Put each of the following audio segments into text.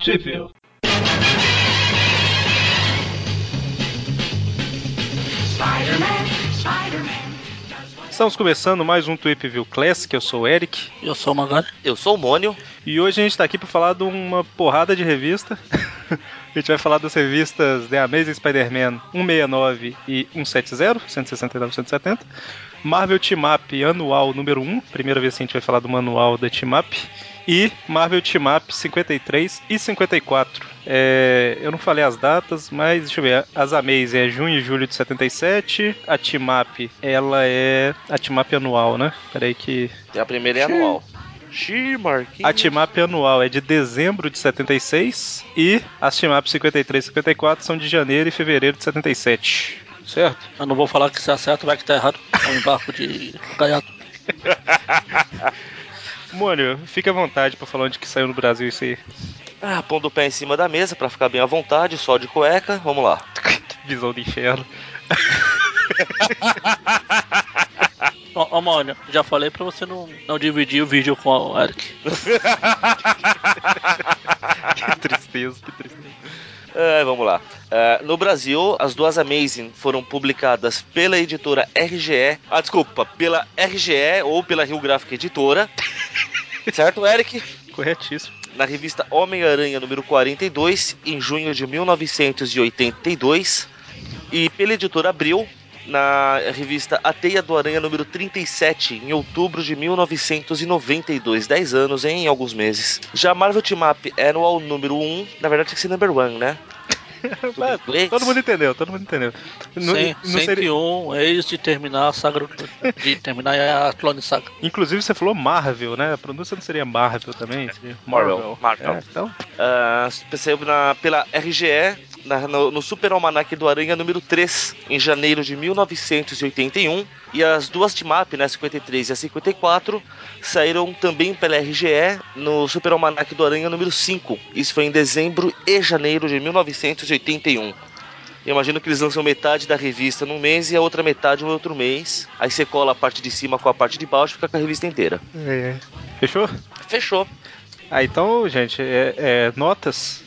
Review. Estamos começando mais um Tweep View Classic. Eu sou o Eric. Eu sou o Magari. Eu sou o Mônio. E hoje a gente está aqui para falar de uma porrada de revista. A gente vai falar das revistas The Amazing Spider-Man 169 e 170, 169 e 170. Marvel Team Up Anual número 1, primeira vez que a gente vai falar do manual da Team Up. E Marvel Team Up 53 e 54. Eu não falei as datas, mas deixa eu ver. As Amazing é junho e julho de 77. A Team Up, ela é a Team Up anual, né? Peraí que... A primeira é anual. A Team Up anual é de dezembro de 76. E as Team Up 53 e 54 são de janeiro e fevereiro de 77. Certo? Eu não vou falar que se acerta, vai que tá errado. É um embarco de gaiato. Mônio, fica à vontade pra falar onde que saiu no Brasil isso aí. Pondo o pé em cima da mesa pra ficar bem à vontade, só de cueca, vamos lá. Visão do inferno. Ô, Mônio, já falei pra você não dividir o vídeo com o Eric. Que tristeza. Vamos lá. No Brasil, as duas Amazing foram publicadas pela editora RGE. Pela RGE ou pela Rio Gráfica Editora. Certo, Eric? Corretíssimo. Na revista Homem-Aranha número 42, em junho de 1982. E pela editora Abril, na revista A Teia do Aranha número 37, em outubro de 1992. 10 anos, hein? Em alguns meses. Já Marvel Team Up Annual número 1, na verdade tem que ser number 1, né? Todo mundo entendeu. Não 101, seria... eis de terminar a saga de terminar a Clone Saga. Inclusive você falou Marvel, né? A pronúncia não seria Marvel também? Seria Marvel. Então... Saiu pela RGE no Super Almanac do Aranha número 3, em janeiro de 1981. E as duas team-up, né, a 53 e a 54, saíram também pela RGE no Super Almanac do Aranha número 5. Isso foi em dezembro e janeiro de 1981. Eu imagino que eles lançam metade da revista num mês e a outra metade no outro mês. Aí você cola a parte de cima com a parte de baixo e fica com a revista inteira. Fechou? Fechou. Então, gente, notas.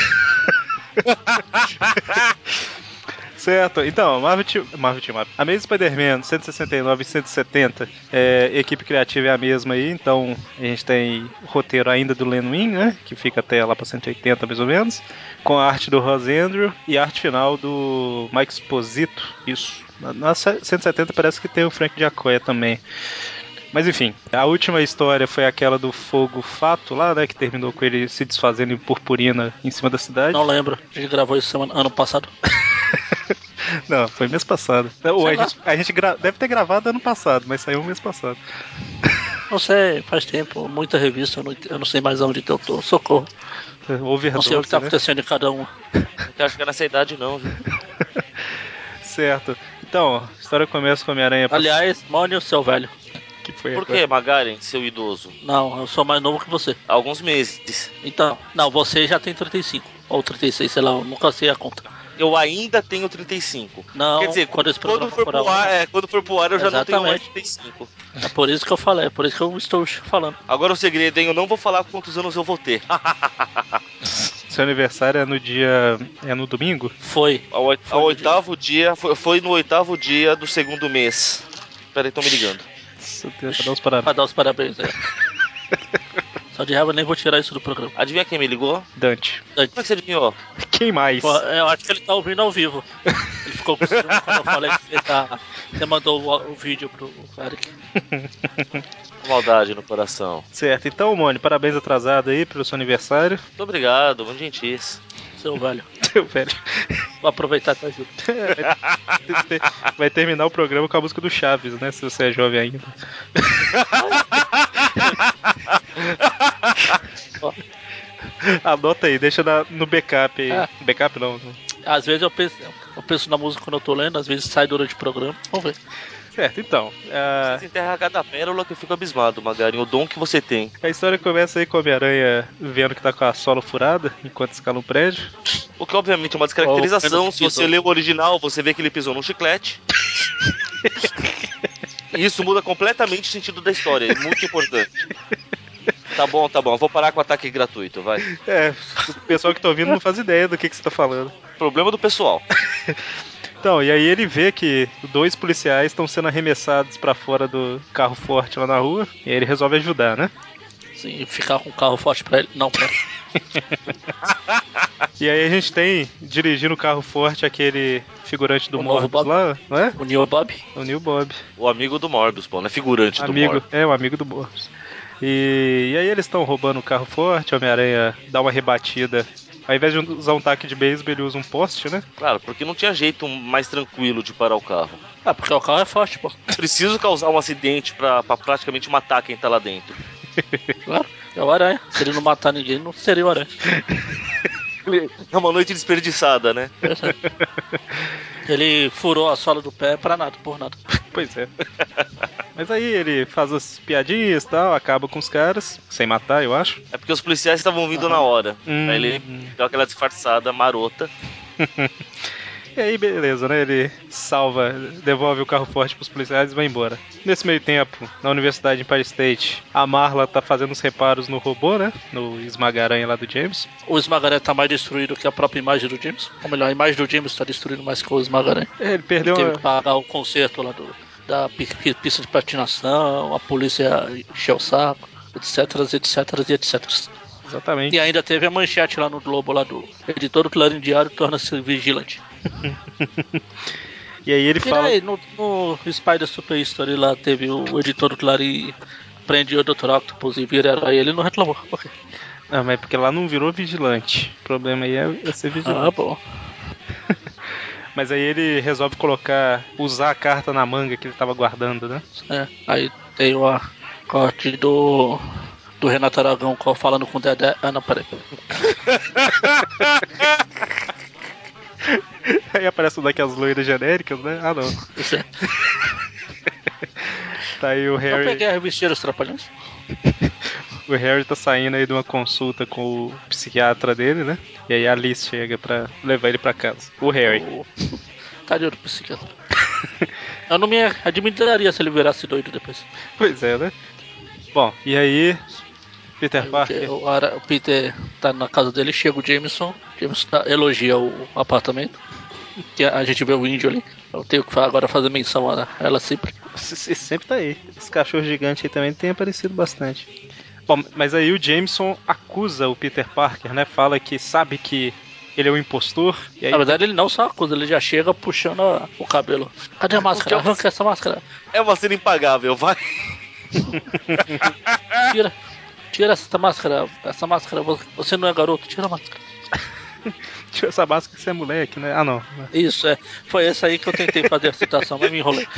Certo, então, Marvel Team Up. Amazing Spider-Man 169 e 170, equipe criativa é a mesma aí, então a gente tem o roteiro ainda do Len Wein, né, que fica até lá pra 180 mais ou menos, com a arte do Ross Andrew e a arte final do Mike Esposito, isso. Na 170 parece que tem o Frank Giacoia também. Mas enfim, a última história foi aquela do fogo fato lá, né? Que terminou com ele se desfazendo em purpurina em cima da cidade. Não lembro, a gente gravou isso ano passado. Não, foi mês passado. A gente deve ter gravado ano passado, mas saiu mês passado. Não sei, faz tempo, muita revista, eu não sei mais onde eu tô, socorro. Overdose, não sei o que tá né? acontecendo em cada uma. Não quero chegar nessa idade não, viu? Certo. Então, a história começa com a Homem-Aranha. Aliás, Mônio, seu velho. Que foi Por agora? que, Magaren, seu idoso? Não, eu sou mais novo que você. Há alguns meses. Então, não, você já tem 35. Ou 36, sei lá, eu nunca sei a conta. Eu ainda tenho 35. Não, quer dizer, quando for pro ar, eu já não tenho mais 35. É por isso que eu falei, é por isso que eu estou falando. Agora o segredo, hein? Eu não vou falar quantos anos eu vou ter. Seu aniversário é no domingo? Foi. Ao oitavo dia, foi no oitavo dia do segundo mês. Peraí, estão me ligando. Pra dar os parabéns. Pra dar os parabéns, Só de raiva, nem vou tirar isso do programa. Adivinha quem me ligou? Dante. Como é que você adivinhou? Quem mais? Pô, eu acho que ele tá ouvindo ao vivo. Ele ficou com ciúme quando eu falei que você mandou o vídeo pro Eric. Maldade no coração. Certo, então, Mônio, parabéns atrasado aí pelo seu aniversário. Muito obrigado, muito gentis. Seu velho. Seu velho. Vou aproveitar que tá junto. Vai terminar o programa com a música do Chaves, né? Se você é jovem ainda. Anota aí, deixa no backup aí. Backup não. Às vezes eu penso na música quando eu tô lendo, às vezes sai durante o programa. Vamos ver. Certo, então. Você enterra cada pérola que eu fico abismado, Magarinho. O dom que você tem. A história começa aí com a Homem-Aranha vendo que tá com a sola furada enquanto escala um prédio. O que obviamente é uma descaracterização. Se você lê o original, você vê que ele pisou num chiclete. E isso muda completamente o sentido da história. É muito importante. Tá bom. Eu vou parar com o ataque gratuito, vai. O pessoal que tá ouvindo não faz ideia do que você tá falando. Problema do pessoal. Então, e aí ele vê que 2 policiais estão sendo arremessados pra fora do carro forte lá na rua, e aí ele resolve ajudar, né? Sim, ficar com o carro forte pra ele. Não, pera. E aí a gente tem, dirigindo o carro forte, aquele figurante do O novo Morbius Bob. lá, não é? O Neil Bob. O Neil Bob. O amigo do Morbius, pô, não é figurante do Amigo, Morbius. o amigo do Morbius. E aí eles estão roubando o carro forte, o Homem-Aranha dá uma rebatida. Ao invés de usar um taco de beisebol, ele usa um poste, né? Claro, porque não tinha jeito mais tranquilo de parar o carro. Ah, porque o carro é forte, pô. Preciso causar um acidente pra praticamente matar quem tá lá dentro. Claro, é o Aranha. Se ele não matar ninguém, não seria o Aranha. É uma noite desperdiçada, né? Ele furou a sola do pé pra nada, por nada. Pois é. Mas aí ele faz as piadinhas e tal, acaba com os caras, sem matar, eu acho. É porque os policiais estavam vindo na hora. Aí ele Hum. deu aquela disfarçada marota. E aí, beleza, né? Ele salva, devolve o carro forte pros policiais e vai embora. Nesse meio tempo, na Universidade Empire State, a Marla tá fazendo os reparos no robô, né? No esmagaranha lá do James. O Esmagaré tá mais destruído que a própria imagem do James. Ou melhor, a imagem do James tá destruindo mais que o Esmagaré. Ele perdeu Teve uma... que pagar o conserto lá da pista de patinação, a polícia encheu o saco, etc. Exatamente. E ainda teve a manchete lá no Globo, lá do editor do Clarim Diário torna-se vigilante. E aí ele E fala... aí, no Spider Super History lá teve o editor do Clarim prende o Dr. Octopus e vira aí ele não reclamou. Okay. Não, mas é porque lá não virou vigilante. O problema aí é ser vigilante. Ah, bom. Mas aí ele resolve usar a carta na manga que ele tava guardando, né? É, aí tem o corte do Renato Aragão falando com o Dedé. Ah, não, peraí. Aí aparece daquelas loiras genéricas, né? Ah, não. Isso é. Tá aí o Eu Harry... peguei a revistinha dos Trapalhões. O Harry tá saindo aí de uma consulta com o psiquiatra dele, né? E aí a Liz chega pra levar ele pra casa. O Harry. Tadinho do psiquiatra. Eu não me admiraria se ele virasse doido depois. Pois é, né? Bom, e aí... Peter Aí Parker... o Peter tá na casa dele, chega o Jameson elogia o apartamento. Que a gente vê o índio ali. Eu tenho que agora fazer menção a ela sempre. Sempre tá aí. Esse cachorro gigante aí também tem aparecido bastante. Bom, mas aí o Jameson acusa o Peter Parker, né? Fala que sabe que ele é um impostor. E aí Na verdade, ele não só acusa, ele já chega puxando o cabelo. Cadê a máscara? Arranca essa máscara. É uma cena impagável, vai. Tira essa máscara. Essa máscara, você não é garoto, tira a máscara. Tira essa máscara que você é moleque, né? Ah, não. Isso, é. Foi essa aí que eu tentei fazer a citação, mas me enrolei.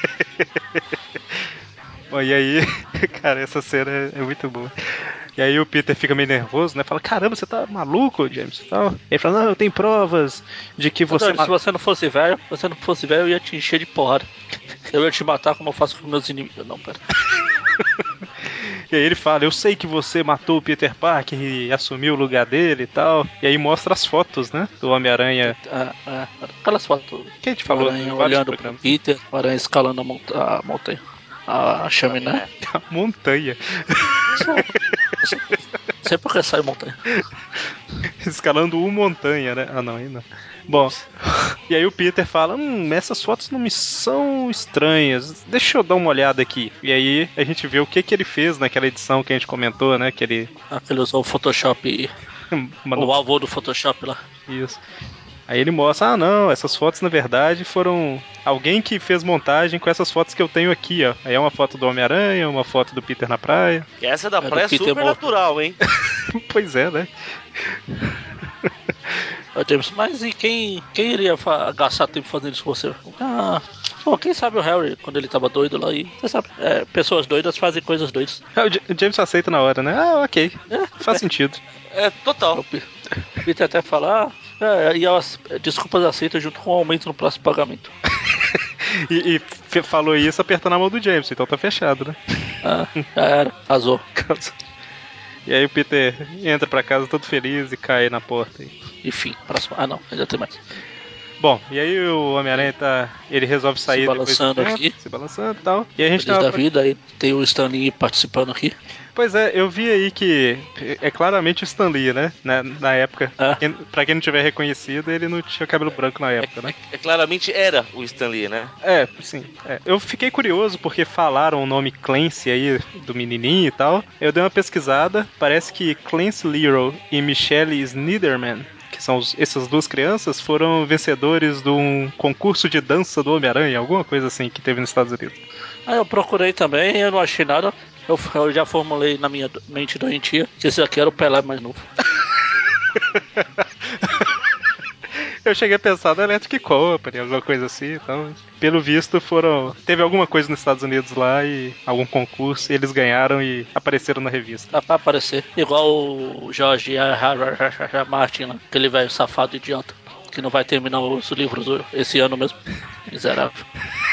Bom, e aí, cara, essa cena é muito boa. E aí o Peter fica meio nervoso, né? Fala, caramba, você tá maluco, James? E tal. E ele fala, não, eu tenho provas de que você... Se você não fosse velho, eu ia te encher de porrada. Eu ia te matar como eu faço com meus inimigos. Não, pera. E aí ele fala, eu sei que você matou o Peter Parker e assumiu o lugar dele e tal. E aí mostra as fotos, né? Do Homem-Aranha. Aquelas fotos. Que a gente falou Aranha em vários olhando programas. pro Peter, o Aranha escalando a montanha. A chaminé. A montanha. Não sei por que sai montanha. Escalando uma montanha, né? Ah, não, aí não. Bom, e aí o Peter fala, essas fotos não me são estranhas, deixa eu dar uma olhada aqui. E aí a gente vê o que ele fez naquela edição que a gente comentou, né? Que ele... Ele usou o Photoshop, o avô do Photoshop lá. Isso. Aí ele mostra, não, essas fotos na verdade foram alguém que fez montagem com essas fotos que eu tenho aqui, ó. Aí é uma foto do Homem-Aranha, uma foto do Peter na praia. E essa da praia é super morto. natural, hein? Pois é, né? James, mas e quem iria gastar tempo fazendo isso com você? Bom, quem sabe o Harry, quando ele tava doido lá, e você sabe, pessoas doidas fazem coisas doidas. O James aceita na hora, né? Ah, ok. Faz sentido. É, total. O Peter até fala, e as desculpas aceitas junto com o aumento no próximo pagamento. e falou isso apertando a mão do James, então tá fechado, né? Já era, arrasou. E aí o Peter entra pra casa todo feliz e cai na porta. Enfim, próximo. Ah, não, ainda tem mais. Bom, e aí o Homem-Aranha ele resolve sair Se balançando depois do tempo, aqui. se balançando e tal. E a gente Feliz da vida, aí tem o Stan Lee participando aqui. Pois é, eu vi aí que é claramente o Stan Lee, né? Na época. Pra quem não tiver reconhecido, ele não tinha cabelo branco na época, né? Claramente era o Stan Lee, né? Sim. Eu fiquei curioso porque falaram o nome Clancy aí, do menininho e tal. Eu dei uma pesquisada, parece que Clancy Leroy e Michelle Sniderman, que são essas duas crianças, foram vencedores de um concurso de dança do Homem-Aranha, alguma coisa assim que teve nos Estados Unidos. Eu procurei também, eu não achei nada. Eu já formulei na minha mente doentia que esse aqui era o Pelé mais novo. Eu cheguei a pensar na Electric Company, alguma coisa assim, então, pelo visto teve alguma coisa nos Estados Unidos lá e algum concurso, e eles ganharam e apareceram na revista. Dá pra aparecer, igual o George Martin lá, aquele velho safado idiota, que não vai terminar os livros esse ano mesmo, miserável.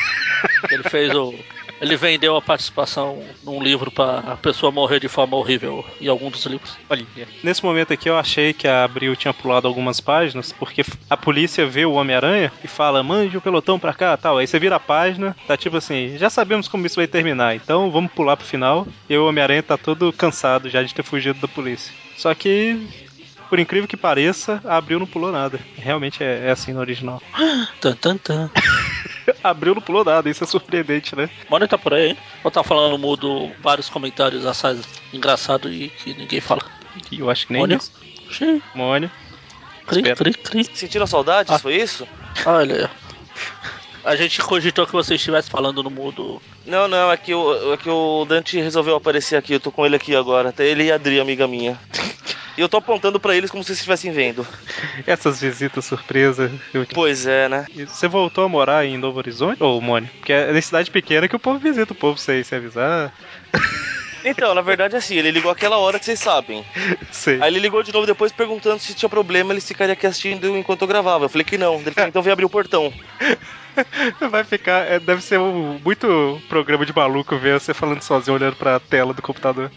Ele vendeu a participação num livro pra a pessoa morrer de forma horrível em algum dos livros. Olha, nesse momento aqui eu achei que a Abril tinha pulado algumas páginas, porque a polícia vê o Homem-Aranha e fala, mande o pelotão pra cá, tal. Aí você vira a página, tá tipo assim, já sabemos como isso vai terminar, então vamos pular pro final. E o Homem-Aranha tá todo cansado já de ter fugido da polícia. Só que, por incrível que pareça, a Abril não pulou nada. Realmente é assim no original. Tan, tan, tan. Abril não pulou nada, isso é surpreendente, né? Mônio tá por aí, hein? Ou tá falando mudo vários comentários assaz engraçado e que ninguém fala. Eu acho que nem Mônio? isso. Sim. Mônio. Cri, Espera. cri, cri. Sentiram saudades, foi isso? Olha, a gente cogitou que você estivesse falando no mudo. Não, é que o Dante resolveu aparecer aqui, eu tô com ele aqui agora. Até ele e a Adri, amiga minha. E eu tô apontando pra eles como se vocês estivessem vendo. Essas visitas surpresas. Pois é, né? Você voltou a morar em Novo Horizonte, ô Mônio? Porque é na cidade pequena que o povo visita o povo sem avisar. Então, na verdade, assim, ele ligou aquela hora que vocês sabem. Sei. Aí ele ligou de novo depois perguntando se tinha problema, ele ficaria aqui assistindo enquanto eu gravava. Eu falei que não. Ele falou, então vem abrir o portão. Vai ficar. Deve ser muito programa de maluco ver você falando sozinho, olhando pra tela do computador.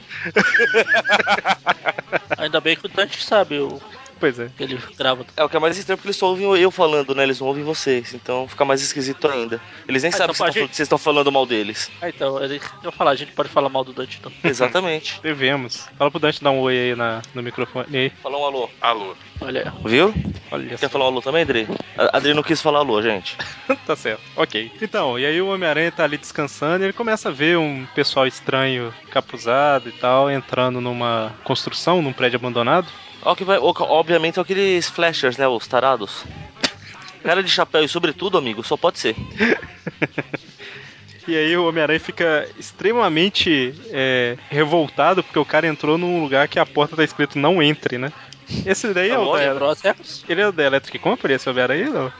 Ainda bem que o Dante sabe Pois é. que ele grava. É, o que é mais estranho porque eles só ouvem eu falando, né? Eles não ouvem vocês. Então fica mais esquisito ainda. Eles nem sabem então que vocês estão falando mal deles. Então, eu falar, a gente pode falar mal do Dante então. Exatamente. Devemos. Fala pro Dante dar um oi aí no microfone. Aí. Fala um alô. Alô. Olha, Viu? Olha Quer só. falar um alô também, Adri? A Adri não quis falar alô, gente. Tá certo. Ok. Então, e aí o Homem-Aranha tá ali descansando e ele começa a ver um pessoal estranho, capuzado e tal, entrando numa construção, num prédio abandonado. Obviamente são aqueles flashers, né? Os tarados. Cara de chapéu e sobretudo, amigo, só pode ser. E aí o Homem-Aranha fica extremamente revoltado porque o cara entrou num lugar que a porta tá escrito não entre, né? Esse daí é o da... quebrou as regras. Ele é o da Electric Company, esse Homem-Aranha, não?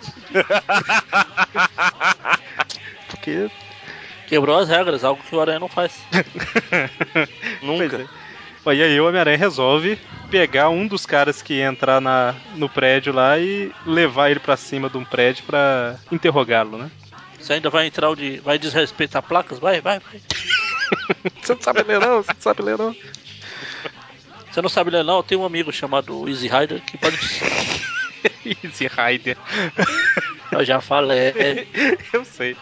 Porque... Quebrou as regras, algo que o Aranha não faz. Nunca. Pois é. Bom, e aí o Homem-Aranha resolve pegar um dos caras que entrar no prédio lá e levar ele pra cima de um prédio pra interrogá-lo, né? Você ainda vai entrar vai desrespeitar placas? Vai. Você não sabe ler não, você não sabe ler não. Você não sabe ler não? Eu tenho um amigo chamado Easy Rider que pode... Easy Rider. Eu já falei. Eu sei.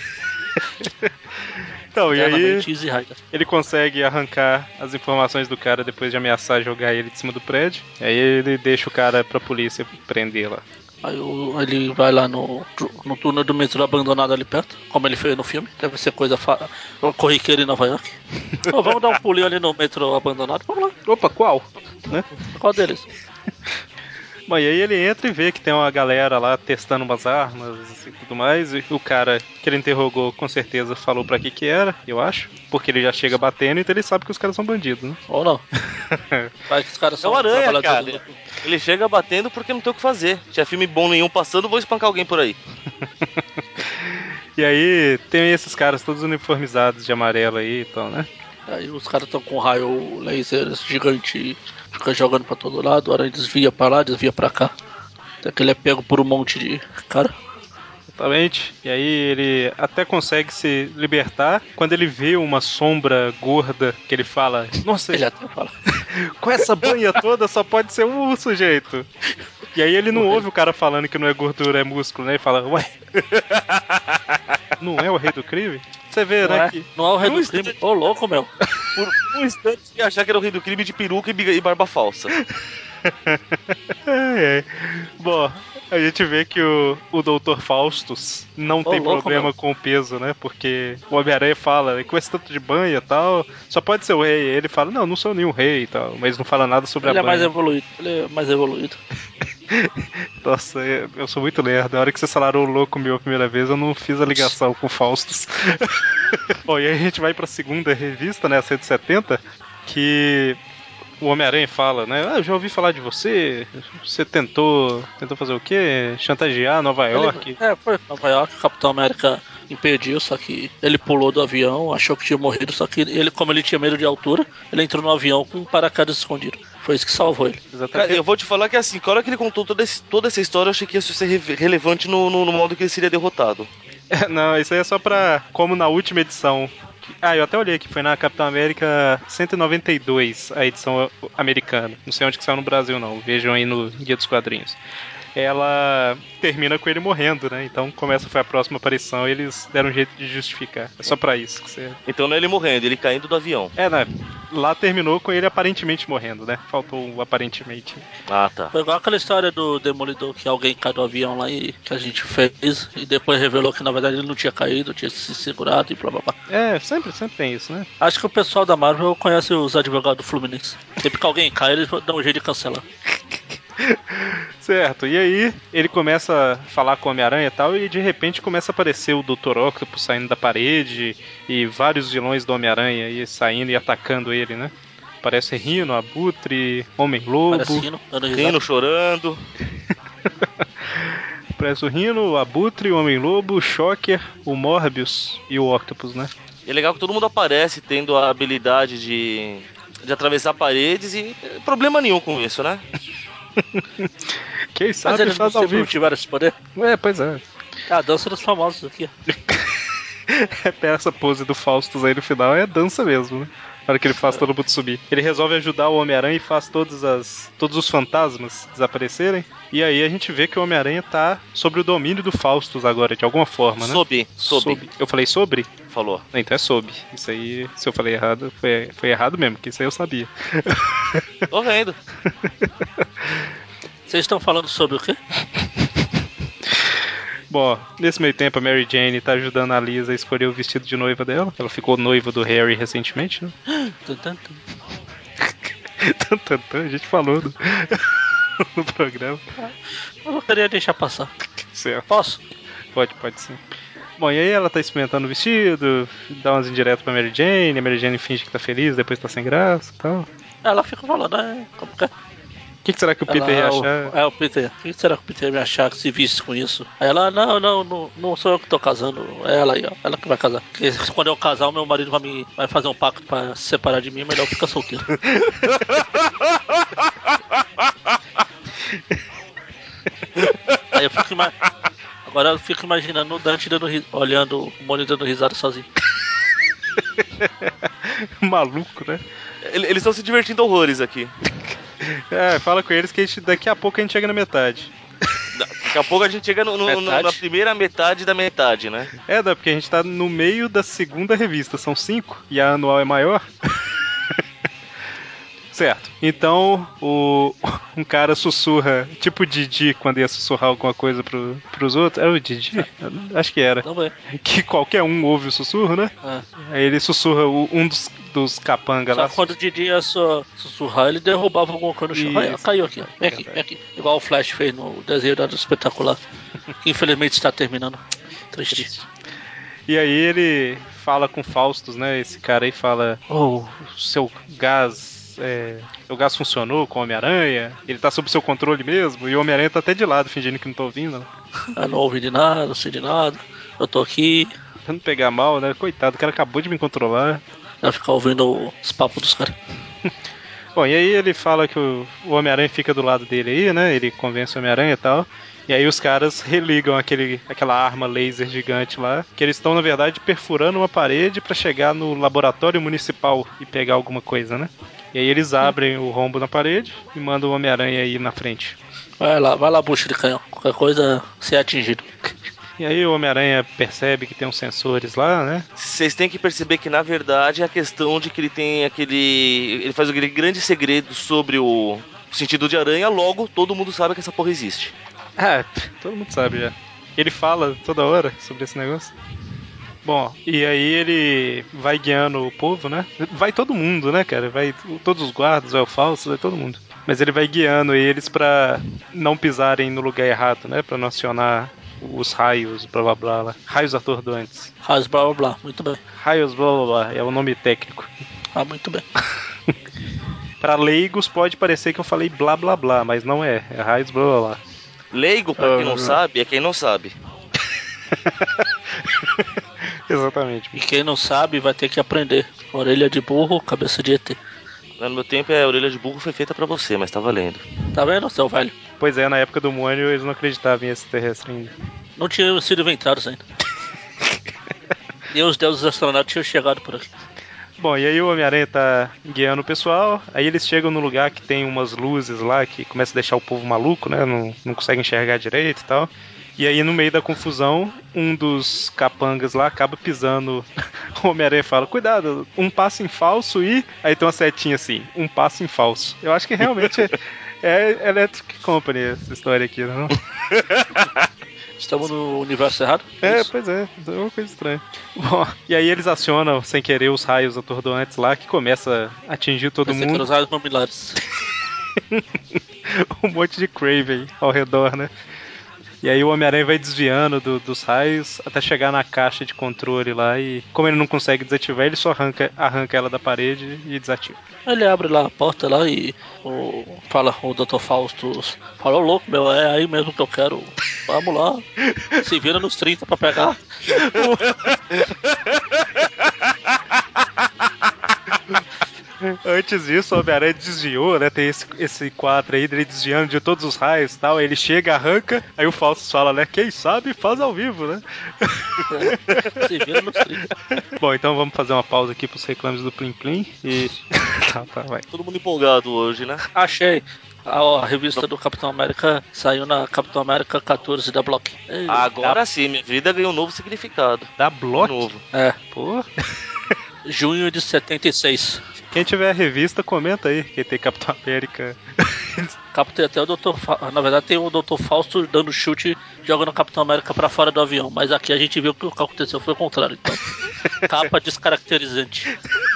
Então, e aí Easy Rider. ele consegue arrancar as informações do cara depois de ameaçar jogar ele de cima do prédio. Aí ele deixa o cara pra polícia prender lá. Aí ele vai lá no túnel do metrô abandonado ali perto, como ele fez no filme. Deve ser coisa corriqueira em Nova York. Vamos dar um pulinho ali no metrô abandonado. Vamos lá. Opa, qual? Né? Qual deles? Bom, e aí ele entra e vê que tem uma galera lá testando umas armas e tudo mais. E o cara que ele interrogou com certeza falou pra que era, eu acho. Porque ele já chega batendo, então ele sabe que os caras são bandidos, né? Ou não? Vai que os caras É são o Aranha, trabalhadores cara. Ele chega batendo porque não tem o que fazer. Se tiver filme bom nenhum passando, vou espancar alguém por aí. E aí tem esses caras todos uniformizados de amarelo aí, então, né? Aí os caras estão com raio laser gigante, fica jogando pra todo lado, a aranha desvia pra lá, desvia pra cá. Até que ele é pego por um monte de cara. Exatamente. E aí ele até consegue se libertar quando ele vê uma sombra gorda que ele fala: Nossa, Ele até fala. com essa banha toda só pode ser um sujeito. E aí ele não ouve o cara falando que não é gordura, é músculo, né? Ele fala, ué, não é o rei do crime? Você vê, Não né? é, não é o rei do crime. Ô, louco, meu. Por um instante eu ia achar que era o rei do crime de peruca e barba falsa. É. Bom, a gente vê que o Dr. Faustus não tem louco, problema meu. com o peso, né? Porque o Homem-Aranha fala, com esse tanto de banha e tal, só pode ser o rei. Ele fala, não sou nenhum rei e tal, mas não fala nada sobre Ele a é mais banha. evoluído. Ele é mais evoluído. Nossa, eu sou muito lerdo. Na hora que vocês falaram o louco meu a primeira vez, eu não fiz a ligação com o Faustus. Bom, e aí a gente vai pra segunda revista, né, a 170, que o Homem-Aranha fala, né, eu já ouvi falar de você, você tentou fazer o quê? Chantagear Nova York? Foi pra Nova York, o Capitão América impediu, só que ele pulou do avião, achou que tinha morrido, só que ele, como ele tinha medo de altura, ele entrou no avião com um paraquedas escondido. Foi isso que salvou ele. Cara, eu vou te falar que assim, na hora que ele contou toda essa história, eu achei que isso ia ser relevante no modo que ele seria derrotado. Não, isso aí é só pra, como na última edição. Eu até olhei aqui, foi na Capitão América 192, a edição americana. Não sei onde que saiu no Brasil, não. Vejam aí no Guia dos Quadrinhos. Ela termina com ele morrendo, né? Então, como essa foi a próxima aparição, eles deram um jeito de justificar. É só pra isso que você... Então não é ele morrendo, ele caindo do avião. né? Lá terminou com ele aparentemente morrendo, né? Faltou o aparentemente. Ah, tá. Foi igual aquela história do Demolidor, que alguém caiu do avião lá e que a gente fez, e depois revelou que na verdade ele não tinha caído, tinha se segurado e blá blá blá. Sempre tem isso, né? Acho que o pessoal da Marvel conhece os advogados do Fluminense. Sempre que alguém cai, eles dão um jeito de cancelar. Certo, e aí ele começa a falar com o Homem-Aranha e tal, e de repente começa a aparecer o Dr. Octopus saindo da parede e vários vilões do Homem-Aranha aí saindo e atacando ele, né? Parece Rhino, Abutre, Homem-Lobo. Parece Rino, dando risada. Rino chorando. Parece o Rhino, o Abutre, o Homem-Lobo, o Shocker, o Morbius e o Octopus, né? E é legal que todo mundo aparece tendo a habilidade de atravessar paredes e problema nenhum com isso, né? Quem Mas sabe eles não faz ao sempre vivo. tiveram esse poder? Pois é. É a dança dos famosos aqui, ó. Essa pose do Faustus aí no final é dança mesmo, né? Na hora que ele faz todo mundo subir. Ele resolve ajudar o Homem-Aranha e faz todos os fantasmas desaparecerem. E aí a gente vê que o Homem-Aranha tá sobre o domínio do Faustus agora, de alguma forma, né? Sob. Eu falei sobre? Falou. Não, então é sob. Isso aí, se eu falei errado, foi errado mesmo, porque isso aí eu sabia. Tô vendo. Vocês estão falando sobre o quê? Bom, nesse meio tempo a Mary Jane tá ajudando a Lisa a escolher o vestido de noiva dela. Ela ficou noiva do Harry recentemente, né? A gente falou no programa. Eu não queria deixar passar. Certo. Posso? Pode sim. Bom, e aí ela tá experimentando o vestido, dá umas indiretas pra Mary Jane, a Mary Jane finge que tá feliz, depois tá sem graça e tal. Ela fica falando, como que é? O que será que o Peter ia achar? O Peter. O que será que o Peter ia me achar que se visse com isso? Aí ela, não sou eu que tô casando, é ela aí, ó. Ela que vai casar. Porque quando eu casar, o meu marido vai fazer um pacto pra se separar de mim, melhor eu ficar solteiro. Aí eu fico Agora eu fico imaginando o Dante olhando o Mônio dando risada sozinho. Maluco, né? Eles estão se divertindo horrores aqui. Fala com eles que daqui a pouco a gente chega na metade. Daqui a pouco a gente chega na primeira metade da metade, né? Porque a gente tá no meio da segunda revista, são 5, e a anual é maior. Certo. Então, um cara sussurra, tipo o Didi, quando ia sussurrar alguma coisa pros outros. Era o Didi? Acho que era. Não é. Que qualquer um ouve o sussurro, né? Aí ele sussurra um dos capanga lá. Só que quando o Didi ia sussurrar, ele derrubava alguma coisa no chão. Caiu aqui, ó. Vem aqui. Igual o Flash fez no desenho do Espetacular. Que infelizmente está terminando. Triste. E aí ele fala com Faustus, né? Esse cara aí fala: o seu gás funcionou com o Homem-Aranha? Ele tá sob seu controle mesmo? E o Homem-Aranha tá até de lado, fingindo que não tá ouvindo. Eu não ouvi de nada, não sei de nada. Eu tô aqui. Pra não pegar mal, né? Coitado, o cara acabou de me controlar. Vai ficar ouvindo os papos dos caras. Bom, e aí ele fala que o Homem-Aranha fica do lado dele aí, né? Ele convence o Homem-Aranha e tal. E aí os caras religam aquela arma laser gigante lá, que eles estão, na verdade, perfurando uma parede pra chegar no laboratório municipal e pegar alguma coisa, né? E aí eles abrem o rombo na parede e mandam o Homem-Aranha aí na frente. Vai lá, bucho de canhão. Qualquer coisa, ser atingido. E aí o Homem-Aranha percebe que tem uns sensores lá, né? Vocês têm que perceber que, na verdade, é a questão de que ele tem aquele... Ele faz aquele grande segredo sobre o sentido de aranha, logo todo mundo sabe que essa porra existe. Ah, todo mundo sabe já. Ele fala toda hora sobre esse negócio. Bom, e aí ele vai guiando o povo, né? Vai todo mundo, né, cara? Vai todos os guardas, vai o Fausto, vai todo mundo. Mas ele vai guiando eles pra não pisarem no lugar errado, né? Pra não acionar os raios, blá blá blá lá. Raios atordoantes. Raios blá blá blá. Muito bem. Raios blá blá blá, é o nome técnico. Ah, muito bem. Pra leigos pode parecer que eu falei blá blá blá, mas não é. É raios blá blá blá. Leigo, pra quem não sabe, é quem não sabe. Exatamente. E quem não sabe vai ter que aprender. Orelha de burro, cabeça de ET. No meu tempo, a orelha de burro foi feita pra você, mas tá valendo. Tá vendo, seu velho? Pois é, na época do Mônio eles não acreditavam em extraterrestre ainda. Não tinham sido inventados ainda. E os deuses astronautas tinham chegado por aqui. Bom, e aí o Homem-Aranha tá guiando o pessoal, aí eles chegam no lugar que tem umas luzes lá que começa a deixar o povo maluco, né? Não consegue enxergar direito e tal. E aí, no meio da confusão, um dos capangas lá acaba pisando. O Homem-Aranha fala: cuidado, um passo em falso e. Aí tem uma setinha assim: um passo em falso. Eu acho que realmente é Electric Company essa história aqui, não? Estamos no universo errado? É, Isso. pois é uma coisa estranha. Bom, e aí eles acionam sem querer os raios atordoantes lá que começa a atingir todo Pensei que eram mundo. os raios mamilares. Um monte de Craven ao redor, né? E aí o Homem-Aranha vai desviando dos raios até chegar na caixa de controle lá e, como ele não consegue desativar, ele só arranca ela da parede e desativa. Ele abre lá a porta lá e fala o Dr. Fausto. Fala, ô louco, meu, é aí mesmo que eu quero. Vamos lá. Se vira nos 30 pra pegar. Antes disso, o Homem-Aranha desviou, né? Tem esse quadro aí dele desviando de todos os raios e tal. Aí ele chega, arranca, aí o Fausto fala, né? Quem sabe faz ao vivo, né? Se vira nos 30. Bom, então vamos fazer uma pausa aqui pros reclames do Plim Plim e. tá, vai. Todo mundo empolgado hoje, né? Achei. A revista do Capitão América saiu na Capitão América 14 da Block. Agora sim, minha vida ganhou um novo significado. Da Block? Novo. É, Pô. junho de 76. Quem tiver a revista, comenta aí. Quem tem Capitão América. Captei até o Dr. Na verdade, tem o Dr. Fausto dando chute, jogando o Capitão América pra fora do avião. Mas aqui a gente viu que o que aconteceu foi o contrário. Então, capa descaracterizante.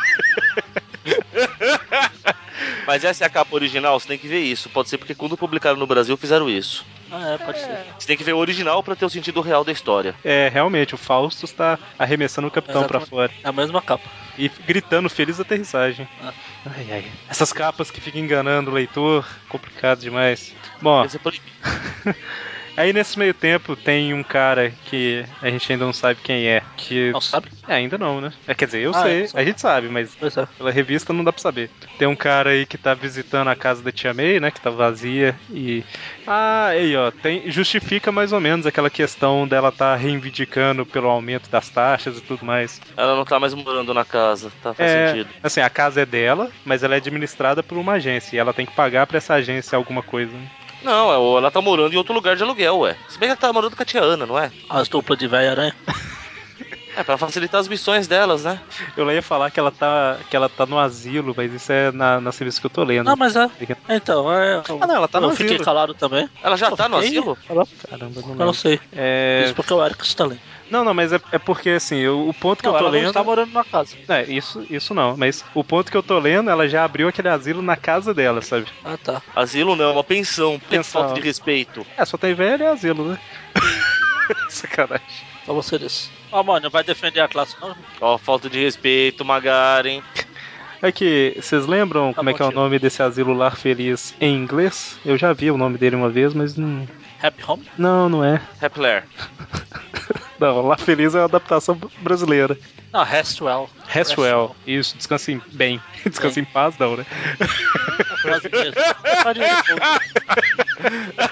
Mas essa é a capa original, você tem que ver isso. Pode ser porque quando publicaram no Brasil fizeram isso. Ah, é, pode ser. Você tem que ver o original pra ter o sentido real da história. É, realmente, o Fausto está arremessando o Capitão Exatamente. pra fora. É a mesma capa. E gritando feliz aterrissagem. Ah. Ai, ai. Essas capas que ficam enganando o leitor, complicado demais. Bom, Esse é por... aí nesse meio tempo tem um cara que a gente ainda não sabe quem é. Que... Não sabe? ainda não, né? Quer dizer, eu Ah, sei, é, só. a gente sabe, mas Pois é. pela revista não dá pra saber. Tem um cara aí que tá visitando a casa da Tia May, né? Que tá vazia e... Ah, aí ó, justifica mais ou menos aquela questão dela tá reivindicando pelo aumento das taxas e tudo mais. Ela não tá mais morando na casa, tá? Faz sentido. Assim, a casa é dela, mas ela é administrada por uma agência e ela tem que pagar pra essa agência alguma coisa, né? Não, ela tá morando em outro lugar de aluguel, ué. Se bem que ela tá morando com a tia Ana, não é? As duplas de velha aranha. É, pra facilitar as missões delas, né? Eu ia falar que ela tá no asilo, mas isso é na serviço que eu tô lendo. Não, mas é. Então, Ah, não, ela tá no eu fiquei asilo. calado também. Ela já Eu tá no fiquei- asilo? Caramba, não Eu não lembro. sei. Isso porque o Eric está lendo. Não, mas é porque assim, o ponto que Não, eu tô ela não lendo. está morando na casa. Isso não, mas o ponto que eu tô lendo, ela já abriu aquele asilo na casa dela, sabe? Ah, tá. Asilo não, é uma pensão. Que Pensão. falta de respeito. Só tem velho e asilo, né? Sacanagem. Só você disse. Ó, mano, vai defender a classe, não? Ó, falta de respeito, Magaren. É que, vocês lembram Tá como é bom, que é o tio. nome desse asilo Lar Feliz em inglês? Eu já vi o nome dele uma vez, mas não. Happy Home? Não é. Rappler. Não, Lar Feliz é a adaptação brasileira. Não, Restwell. Restwell. Isso, descanse bem. Descanse em paz, não, né? Quase mesmo. Pode ir depois.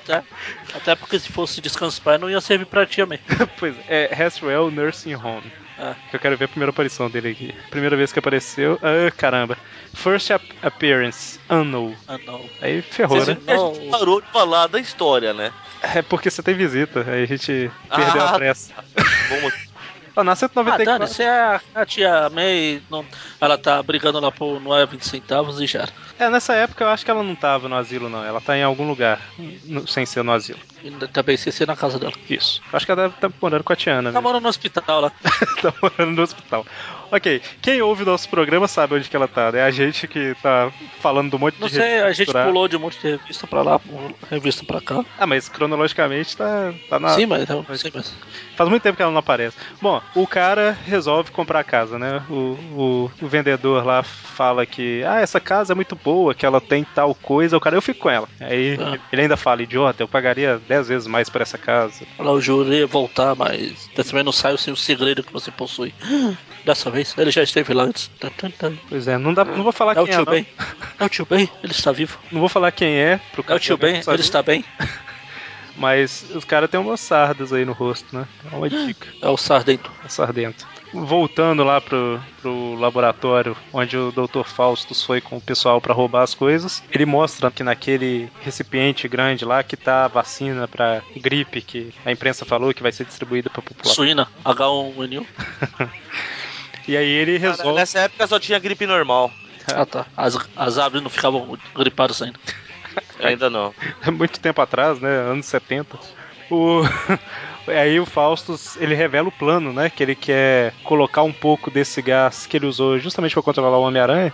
Até porque se fosse descanso pai não ia servir pra tia mesmo. Pois é, Restwell Nursing Home. Que eu quero ver a primeira aparição dele aqui. Primeira vez que apareceu. Ah, caramba. First appearance, Unknown. Não. Aí ferrou, Você né? viu que a gente parou de falar da história, né? É porque você tem visita. Aí a gente perdeu a pressa. Vamos... Na 194. Dane-se, a tia May, não, ela tá brigando lá por não é 20 centavos e já era. Nessa época eu acho que ela não tava no asilo, não. Ela tá em algum lugar, sem ser no asilo. Ainda também esqueci na casa dela. Isso. Acho que ela deve estar morando com a Tiana Tá mesmo. morando no hospital lá. Tá morando no hospital. Ok, quem ouve o nosso programa sabe onde que ela tá, né? A gente que tá falando do monte Não de sei, a gente misturado. pulou de um monte de revista pra lá, revista pra cá. Ah, mas cronologicamente tá na... Sim, mas sim, mas... Faz muito tempo que ela não aparece. Bom, o cara resolve comprar a casa, né? O vendedor lá fala que essa casa é muito boa, que ela tem tal coisa. O cara, eu fico com ela. Aí ele ainda fala, idiota, eu pagaria 10 vezes mais por essa casa. Ela, eu jurei voltar, mas dessa vez não sai sem o segredo que você possui. Dessa vez, ele já esteve lá antes. Pois é, não vou falar É o quem tio não. Ben. É o tio Ben, ele está vivo. Não vou falar quem é pro É cara. o tio Ben, ele está bem. Mas os caras têm umas sardas aí no rosto, né? É uma dica. É o Sardento. É sardento. Voltando lá pro laboratório onde o Dr. Faustus foi com o pessoal pra roubar as coisas, ele mostra que naquele recipiente grande lá que tá a vacina pra gripe que a imprensa falou que vai ser distribuída pra população. Suína, H1N1. E aí ele resolve... Nessa época só tinha gripe normal. Ah tá, as aves não ficavam gripadas ainda. Ainda não. Muito tempo atrás, né? Anos 70. Aí o Faustus, ele revela o plano, né? Que ele quer colocar um pouco desse gás que ele usou justamente para controlar o Homem-Aranha.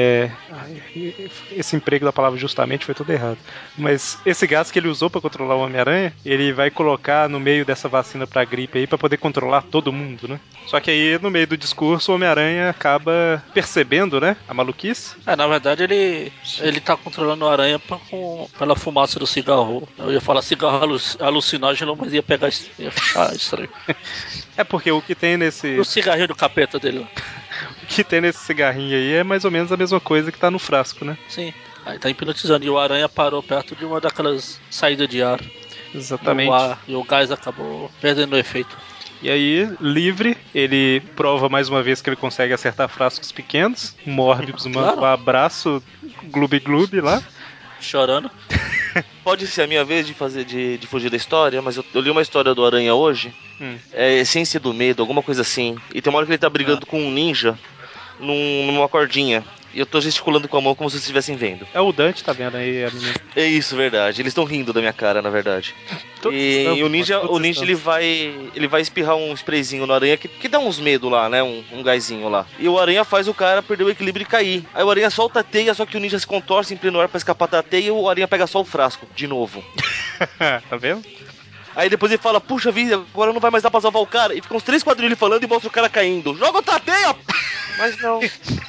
Esse emprego da palavra justamente foi tudo errado. Mas esse gás que ele usou para controlar o Homem-Aranha, ele vai colocar no meio dessa vacina pra gripe aí para poder controlar todo mundo, né? Só que aí, no meio do discurso, o Homem-Aranha acaba percebendo, né? A maluquice. Na verdade ele tá controlando a aranha pela fumaça do cigarro. Eu ia falar cigarro alucinógeno, mas ia pegar ia ficar estranho. É porque o que tem nesse... O cigarrinho do capeta dele lá. O que tem nesse cigarrinho aí é mais ou menos a mesma coisa que tá no frasco, né? Sim, aí tá hipnotizando. E o aranha parou perto de uma daquelas saídas de ar. Exatamente. E o gás acabou perdendo o efeito. E aí, livre, ele prova mais uma vez que ele consegue acertar frascos pequenos. O Morbius manda um abraço gloob-gloob lá. Chorando. Pode ser a minha vez de fugir da história, mas eu li uma história do Aranha hoje. É Essência do Medo, alguma coisa assim. E tem uma hora que ele tá brigando com um ninja numa cordinha. E eu tô gesticulando com a mão como se vocês estivessem vendo. É o Dante, tá vendo aí a menina? É isso, verdade. Eles estão rindo da minha cara, na verdade. E o ninja ele vai espirrar um sprayzinho no aranha que dá uns medo lá, né? Um gásinho lá. E o aranha faz o cara perder o equilíbrio e cair. Aí o aranha solta a teia, só que o ninja se contorce em pleno ar pra escapar da teia e o aranha pega só o frasco, de novo. Tá vendo? Aí depois ele fala, puxa vida, agora não vai mais dar pra salvar o cara. E fica uns 3 quadrinhos ele falando e mostra o cara caindo. Joga outra teia! Mas não.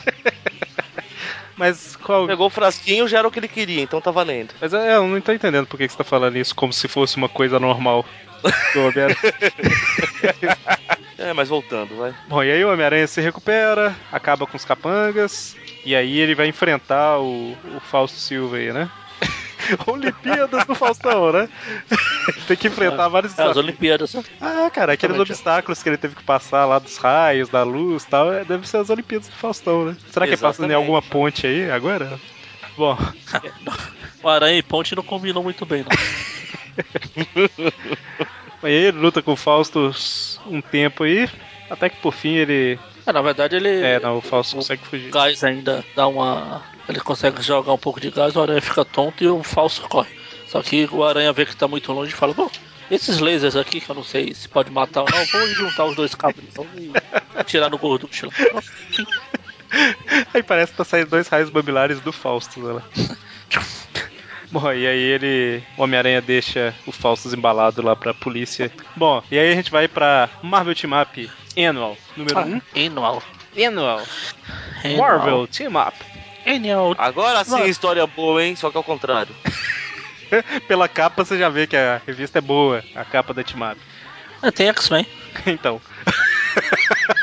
Mas qual... Pegou o frasquinho, já era o que ele queria, então tá valendo. Mas eu não tô entendendo por que você tá falando isso como se fosse uma coisa normal do Homem-Aranha. Mas voltando, vai. Bom, e aí o Homem-Aranha se recupera, acaba com os capangas, e aí ele vai enfrentar o Fausto Silva aí, né? Olimpíadas do Faustão, né? Tem que enfrentar vários desafios. As Olimpíadas. Cara, aqueles obstáculos que ele teve que passar lá dos raios, da luz e tal, deve ser as Olimpíadas do Faustão, né? Será que passa em alguma ponte aí agora? Bom. O Aranha e Ponte não combinam muito bem, não. E aí ele luta com o Fausto um tempo aí, até que por fim ele... Na verdade ele... o Fausto consegue fugir. O gás ainda dá uma... Ele consegue jogar um pouco de gás, o Aranha fica tonto e o Fausto corre. Só que o Aranha vê que tá muito longe e fala, bom, esses lasers aqui, que eu não sei se pode matar ou não, vou juntar os dois cabos então, e tirar no gorducho lá. Aí parece que tá saindo 2 raios babilares do Fausto, né? Bom, e aí o Homem-Aranha deixa o Faustus embalado lá pra polícia. Bom, e aí a gente vai pra Marvel Team Up Annual, número 1. Annual. Marvel Team Up. Annual. Agora sim, história boa, hein? Só que ao contrário. Pela capa você já vê que a revista é boa, a capa da Team Up. Tem X-Men. Então.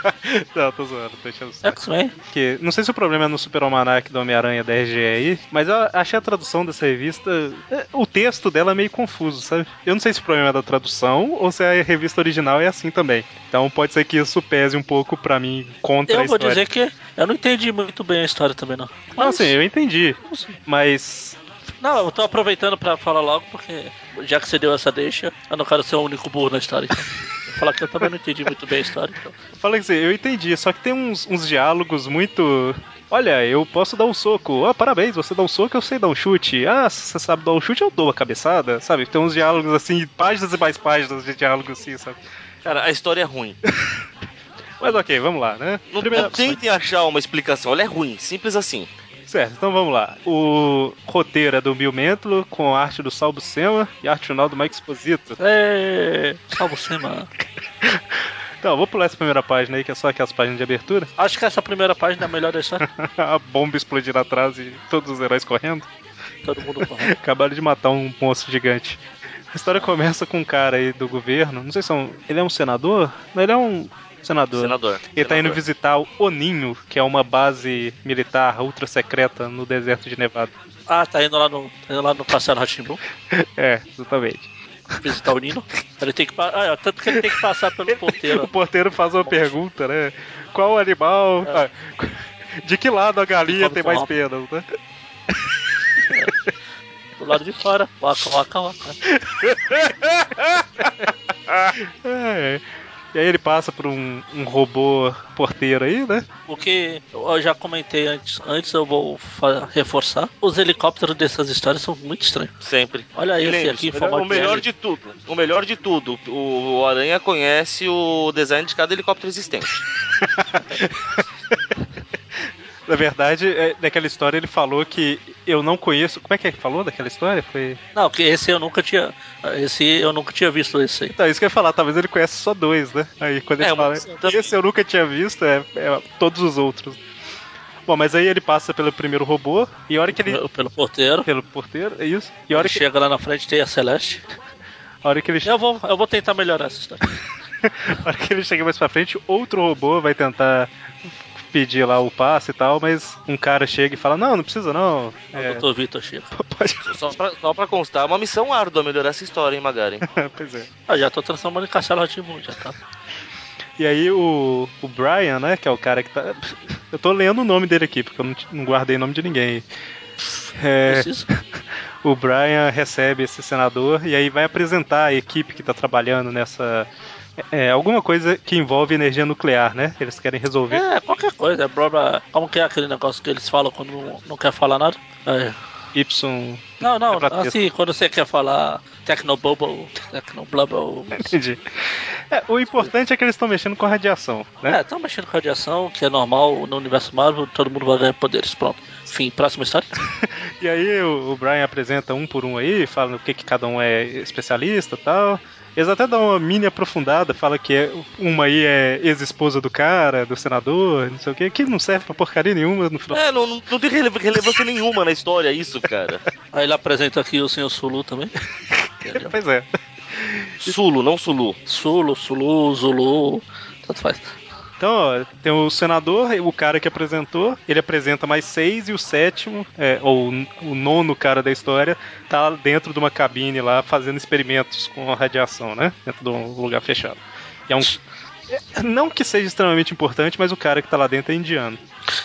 Não, tô zoando, tô enchendo o saco. X-Men. Que, não sei se o problema é no Super Almanac do Homem-Aranha da RGE aí, mas eu achei a tradução dessa revista. O texto dela é meio confuso, sabe? Eu não sei se o problema é da tradução ou se a revista original é assim também. Então pode ser que isso pese um pouco pra mim contra a Eu vou história. dizer que eu não entendi muito bem a história também, não. Não, assim, eu entendi. Como assim? Mas. Não, eu tô aproveitando pra falar logo, porque já que você deu essa deixa, eu não quero ser o único burro na história, então. Vou falar que eu também não entendi muito bem a história, então. Fala assim, eu entendi, só que tem uns diálogos muito. Olha, eu posso dar um soco. Ah, parabéns, você dá um soco, eu sei dar um chute. Ah, se você sabe dar um chute, eu dou a cabeçada, sabe? Tem uns diálogos assim, páginas e mais páginas de diálogos assim, sabe? Cara, a história é ruim. Mas ok, vamos lá, né? Não tentem achar uma explicação, ela é ruim, simples assim. Certo, então vamos lá. O roteiro é do Bill Mantlo, com a arte do Sal Buscema e arte final do Mike Exposito. Só você, mano. Então, vou pular essa primeira página aí, que é só aquelas páginas de abertura. Acho que essa primeira página é a melhor da história. A bomba explodindo atrás e todos os heróis correndo. Todo mundo correndo. Acabaram de matar um monstro gigante. A história começa com um cara aí do governo, não sei se ele é um senador? Não, ele é um senador. Senador. Ele tá indo visitar o Ninho, que é uma base militar ultra secreta no deserto de Nevada. Ah, tá indo lá no Castelo Rá-Tim-Bum É, exatamente. visitar o Nino. Ele tem que tanto que ele tem que passar pelo O porteiro. porteiro faz uma pergunta, né? Qual animal... de que lado a galinha tem mais penas, né? Do lado de fora. Waka, waka, waka. É. E aí ele passa por um robô porteiro aí, né? O que eu já comentei antes eu vou reforçar. Os helicópteros dessas histórias são muito estranhos. Sempre. Olha E esse lembre-se, aqui em formato o melhor de de tudo, o Aranha conhece o design de cada helicóptero existente. Na verdade, naquela história ele falou que eu não conheço. Como é que ele falou daquela história? Foi. Não, que esse eu nunca tinha. Esse eu nunca tinha visto esse aí. Então, isso que eu ia falar, talvez ele conhece só dois, né? Aí quando ele fala, esse eu nunca tinha visto, é todos os outros. Bom, mas aí ele passa pelo primeiro robô e a hora que ele. Pelo porteiro. Pelo porteiro, é isso. E a hora Ele chega lá na frente tem a Celeste. A hora que ele. Eu vou tentar melhorar essa história. A hora que ele chega mais pra frente, outro robô vai tentar pedir lá o passe e tal, mas um cara chega e fala, não precisa não. O Dr. Vitor chega. Pode... Só pra constar, é uma missão árdua melhorar essa história, hein, Magaren? Pois é. Já tô transformando em Castelo Rá-Tim-Bum, já tá. E aí o Brian, né, que é o cara que tá... Eu tô lendo o nome dele aqui, porque eu não guardei nome de ninguém. Preciso. O Brian recebe esse senador e aí vai apresentar a equipe que tá trabalhando nessa... alguma coisa que envolve energia nuclear, né? Eles querem resolver. Qualquer coisa. Como que é aquele negócio que eles falam quando não quer falar nada? Y. Não, assim, quando você quer falar Technobubble, Entendi. O importante é que eles estão mexendo com radiação, né? Estão mexendo com radiação, que é normal no universo Marvel, todo mundo vai ganhar poderes. Pronto. Fim, próxima história. E aí o Brian apresenta um por um aí, fala o que cada um é especialista e tal. Eles até dão uma mini aprofundada, fala que uma aí é ex-esposa do cara, do senador, não sei o que não serve pra porcaria nenhuma no final. Não tem relevância nenhuma na história isso, cara. Aí ele apresenta aqui o senhor Sulu também. Pois é. Sulo, não Sulu. Sulu, Zulu, tanto faz. Então, ó, tem o senador, o cara que apresentou, ele apresenta mais 6 e o sétimo, ou o nono cara da história, tá dentro de uma cabine lá fazendo experimentos com a radiação, né? Dentro de um lugar fechado. E é um. Não que seja extremamente importante, mas o cara que tá lá dentro é indiano.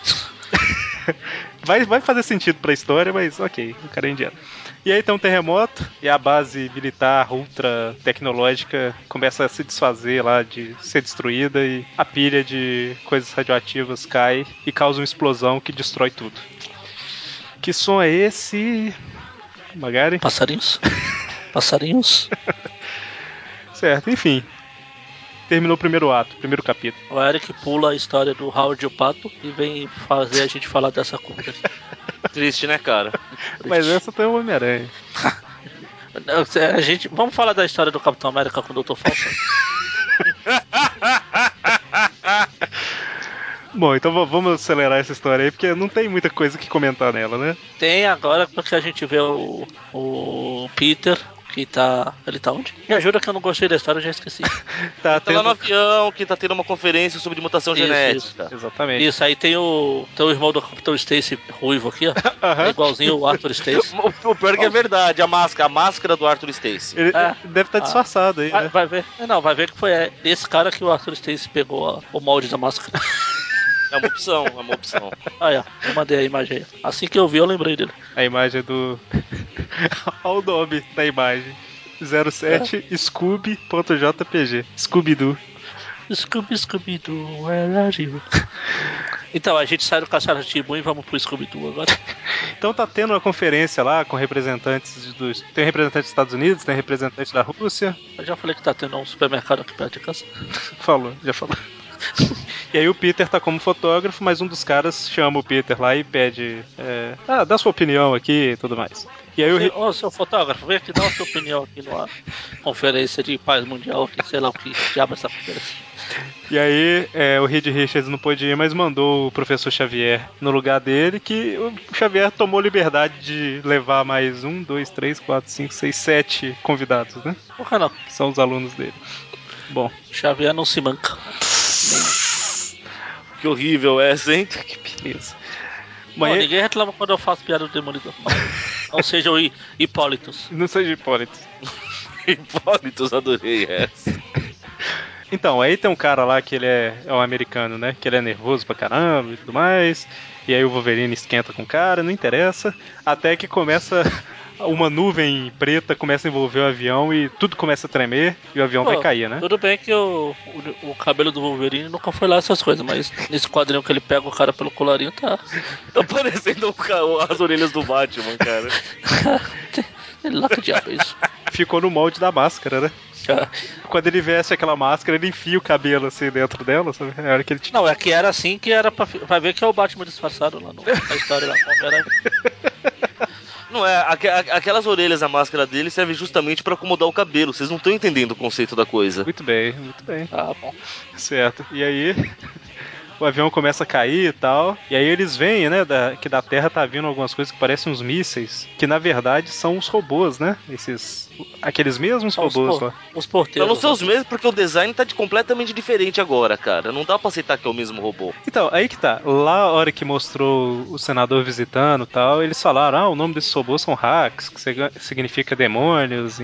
Vai fazer sentido pra história, mas ok, o cara é indiano. E aí tem um terremoto e a base militar ultra tecnológica começa a se desfazer lá, de ser destruída, e a pilha de coisas radioativas cai e causa uma explosão que destrói tudo. Que som é esse, Magari? Passarinhos? Passarinhos? Certo, enfim. Terminou o primeiro ato, primeiro capítulo. O Eric pula a história do Howard e o Pato e vem fazer a gente falar dessa curta aqui. Triste, né, cara? Mas essa tem o Homem-Aranha. Vamos falar da história do Capitão América com o Dr. Falso? Bom, então vamos acelerar essa história aí, porque não tem muita coisa que comentar nela, né? Tem agora porque a gente vê o Peter Que tá. Ele tá onde? Me ajuda que eu não gostei da história, eu já esqueci. Tá Tá lá no avião, que tá tendo uma conferência sobre mutação genética. Exatamente. Isso, aí tem o irmão do Capitão Stacy ruivo aqui, ó. Aham. É igualzinho o Arthur Stacy. O pior que é verdade, a máscara do Arthur Stacy. Ele É. deve estar disfarçado aí, né? Vai ver. Não, vai ver que foi desse cara que o Arthur Stacy pegou o molde da máscara. É uma opção, é uma opção. Aí, ó. Eu mandei a imagem aí. Assim que eu vi, eu lembrei dele. A imagem do. Olha o nome da imagem. 07 Scooby.jpg. Scooby-Doo. Scooby-Doo, where are you? Então, a gente sai do Castelo Tibum e vamos pro Scooby-Doo agora. Então tá tendo uma conferência lá com representantes dos. Tem representante dos Estados Unidos, tem representante da Rússia. Eu já falei que tá tendo um supermercado aqui perto de casa. Falou, já falou. E aí o Peter tá como fotógrafo, mas um dos caras chama o Peter lá e pede. Dá sua opinião aqui e tudo mais. E aí Ô, seu fotógrafo, vem aqui dar a sua opinião aqui numa conferência de paz mundial, que sei lá o que diabo essa conferência. E aí, o Reed Richards não pôde ir, mas mandou o professor Xavier no lugar dele, que o Xavier tomou liberdade de levar mais 1, 2, 3, 4, 5, 6, 7 convidados, né? Por que não? Que são os alunos dele. Bom. Xavier não se manca. Que horrível essa, hein? Que beleza. Não, ninguém reclama quando eu faço piada do Demolidor. Ou seja, o Hipólitos. Não seja Hipólito. Hipólitos, adorei essa. Então, aí tem um cara lá que ele é um americano, né? Que ele é nervoso pra caramba e tudo mais. E aí o Wolverine esquenta com o cara, não interessa. Até que começa uma nuvem preta, começa a envolver o avião e tudo começa a tremer e o avião vai cair, né? Tudo bem que o cabelo do Wolverine nunca foi lá essas coisas, mas nesse quadrinho que ele pega o cara pelo colarinho, tá. Tá parecendo as orelhas do Batman, cara. Ele lá que diabo é isso? Ficou no molde da máscara, né? Quando ele veste aquela máscara, ele enfia o cabelo assim dentro dela, sabe? É a hora que ele Não, é que era assim que era pra. Vai ver que é o Batman disfarçado lá na história lá com o Homem-Aranha. Não é, aquelas orelhas da máscara dele servem justamente pra acomodar o cabelo. Vocês não estão entendendo o conceito da coisa. Muito bem, muito bem. Ah, bom. Certo. E aí, o avião começa a cair e tal. E aí eles veem, né, que da Terra tá vindo algumas coisas que parecem uns mísseis, que na verdade são os robôs, né? Aqueles mesmos robôs lá. Os porteiros. Pra não ser os mesmos, porque o design tá completamente diferente agora, cara. Não dá pra aceitar que é o mesmo robô. Então, aí que tá. Lá, a hora que mostrou o senador visitando e tal, eles falaram, o nome desses robôs são hacks, que significa demônios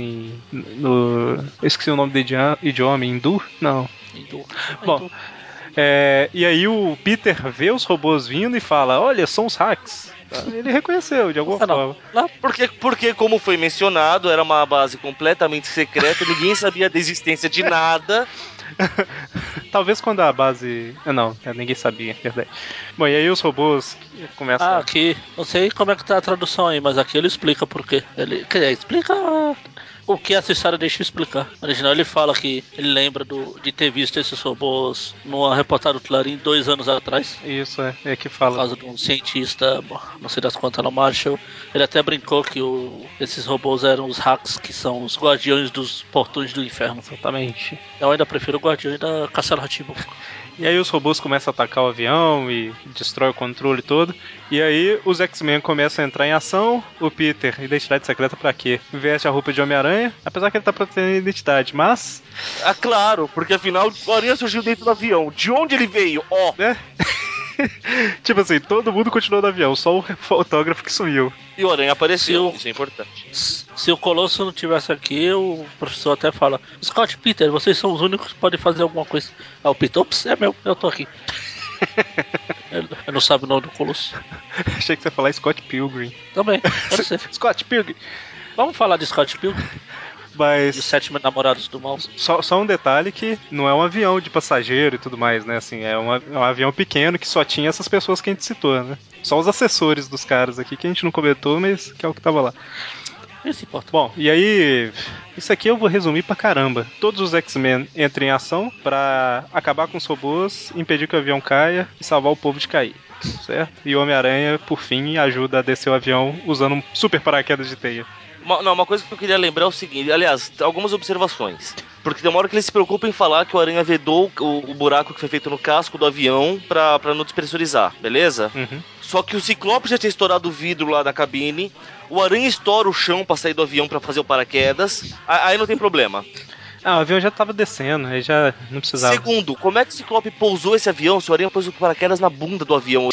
eu esqueci o nome do idioma, hindu? Não. Hindu. Bom, e aí o Peter vê os robôs vindo e fala, olha, são os hacks. Ele reconheceu de alguma forma. Porque, como foi mencionado, era uma base completamente secreta, ninguém sabia da existência de nada. Talvez quando a base... Não, ninguém sabia, é verdade. Bom, e aí os robôs começam... aqui, não sei como é que tá a tradução aí, mas aqui ele explica por quê. Ele explica o que essa história deixa eu explicar. No original ele fala que ele lembra de ter visto esses robôs numa reportagem do Clarim 2 anos atrás. Isso, é que fala. Por causa de um cientista, não sei das quantas, no Marshall. Ele até brincou que esses robôs eram os hacks, que são os guardiões dos portões do inferno. Exatamente. Eu ainda prefiro o guardião da Castelo Rá-Tim-Bum. E aí os robôs começam a atacar o avião e destrói o controle todo. E aí os X-Men começam a entrar em ação. O Peter, identidade secreta pra quê? Veste a roupa de Homem-Aranha, apesar que ele tá protegendo a identidade, mas... Ah, claro, porque afinal o Aranha surgiu dentro do avião. De onde ele veio? Tipo assim, todo mundo continuou no avião, só o fotógrafo que sumiu. E o Aranha apareceu, isso é importante. Se o Colosso não tivesse aqui, o professor até fala, Scott, Peter, vocês são os únicos que podem fazer alguma coisa. Ah, o Peter, ops, é meu, eu tô aqui. Ele não sabe o nome do Colosso. Achei que você ia falar Scott Pilgrim. Também, pode ser. Scott Pilgrim. Vamos falar de Scott Pilgrim? Mas... De 7 namorados do mal. Só um detalhe que não é um avião de passageiro e tudo mais, né? Assim, é um avião pequeno que só tinha essas pessoas que a gente citou, né? Só os assessores dos caras aqui que a gente não comentou, mas que é o que tava lá. Isso importa. Bom, e aí... Isso aqui eu vou resumir pra caramba. Todos os X-Men entram em ação pra acabar com os robôs, impedir que o avião caia e salvar o povo de cair. Certo? E o Homem-Aranha, por fim, ajuda a descer o avião usando um super paraquedas de teia. Uma coisa que eu queria lembrar é o seguinte, aliás, algumas observações. Porque tem uma hora que ele se preocupa em falar que o Aranha vedou o buraco que foi feito no casco do avião pra não despressurizar, beleza? Uhum. Só que o Ciclope já tinha estourado o vidro lá da cabine, o Aranha estoura o chão pra sair do avião pra fazer o paraquedas, aí não tem problema. Ah, o avião já tava descendo, aí já não precisava. Segundo, como é que o Ciclope pousou esse avião se o Aranha pôs o paraquedas na bunda do avião?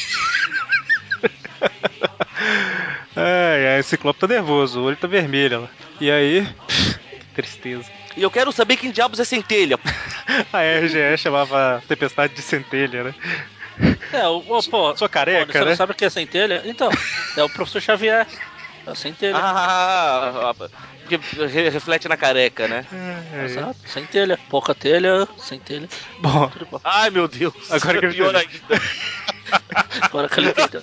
Ai, esse Ciclope tá nervoso, o olho tá vermelho. Lá. E aí, que tristeza. E eu quero saber quem diabos é Centelha. A RGE chamava Tempestade de Centelha, né? Pô, sou careca, você né? não sabe o que é centelha? Então, é o professor Xavier. É a centelha. Porque reflete na careca, né? Exato, centelha. Pouca telha, centelha. Bom, Tudo igual. Ai, meu Deus. Agora que eu pior entendi. ainda. Agora que ele entendeu.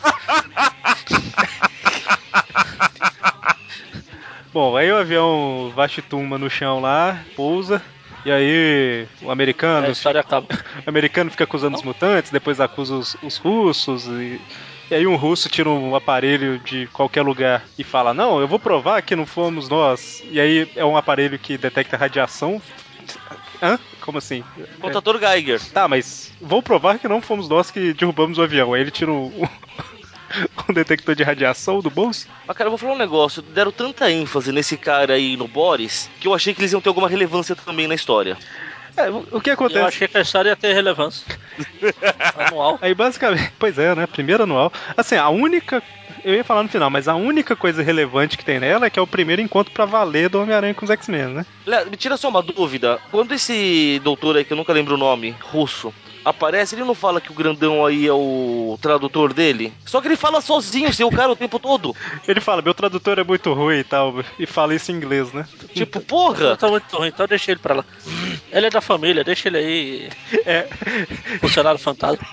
bom, aí o avião Vashtumba no chão lá, pousa. E aí o americano, A história acaba. o americano fica acusando os mutantes, depois acusa os russos. E aí um russo tira um aparelho de qualquer lugar e fala, não, eu vou provar que não fomos nós. E aí é um aparelho que detecta radiação. Hã? Como assim? Contador Geiger. Tá, mas vou provar que não fomos nós que derrubamos o avião. Aí ele tira um detector de radiação do bolso. Mas, cara, eu vou falar um negócio. Deram tanta ênfase nesse cara aí, no Boris, que eu achei que eles iam ter alguma relevância também na história. O que acontece? Eu achei que a história ia ter relevância. Anual. Aí basicamente, pois é, né? Primeiro anual. Assim, a única. Eu ia falar no final, mas a única coisa relevante que tem nela é que é o primeiro encontro pra valer do Homem-Aranha com os X-Men, né? Me tira só uma dúvida. Quando esse doutor aí, que eu nunca lembro o nome, russo, aparece, ele não fala que o grandão aí é o tradutor dele? Só que ele fala sozinho, sem o cara o tempo todo. Ele fala, meu tradutor é muito ruim e tal, e fala isso em inglês, né? Tipo, porra! Tá muito ruim, então deixa ele pra lá. Ele é da família, deixa ele aí. É. Funcionário fantasma.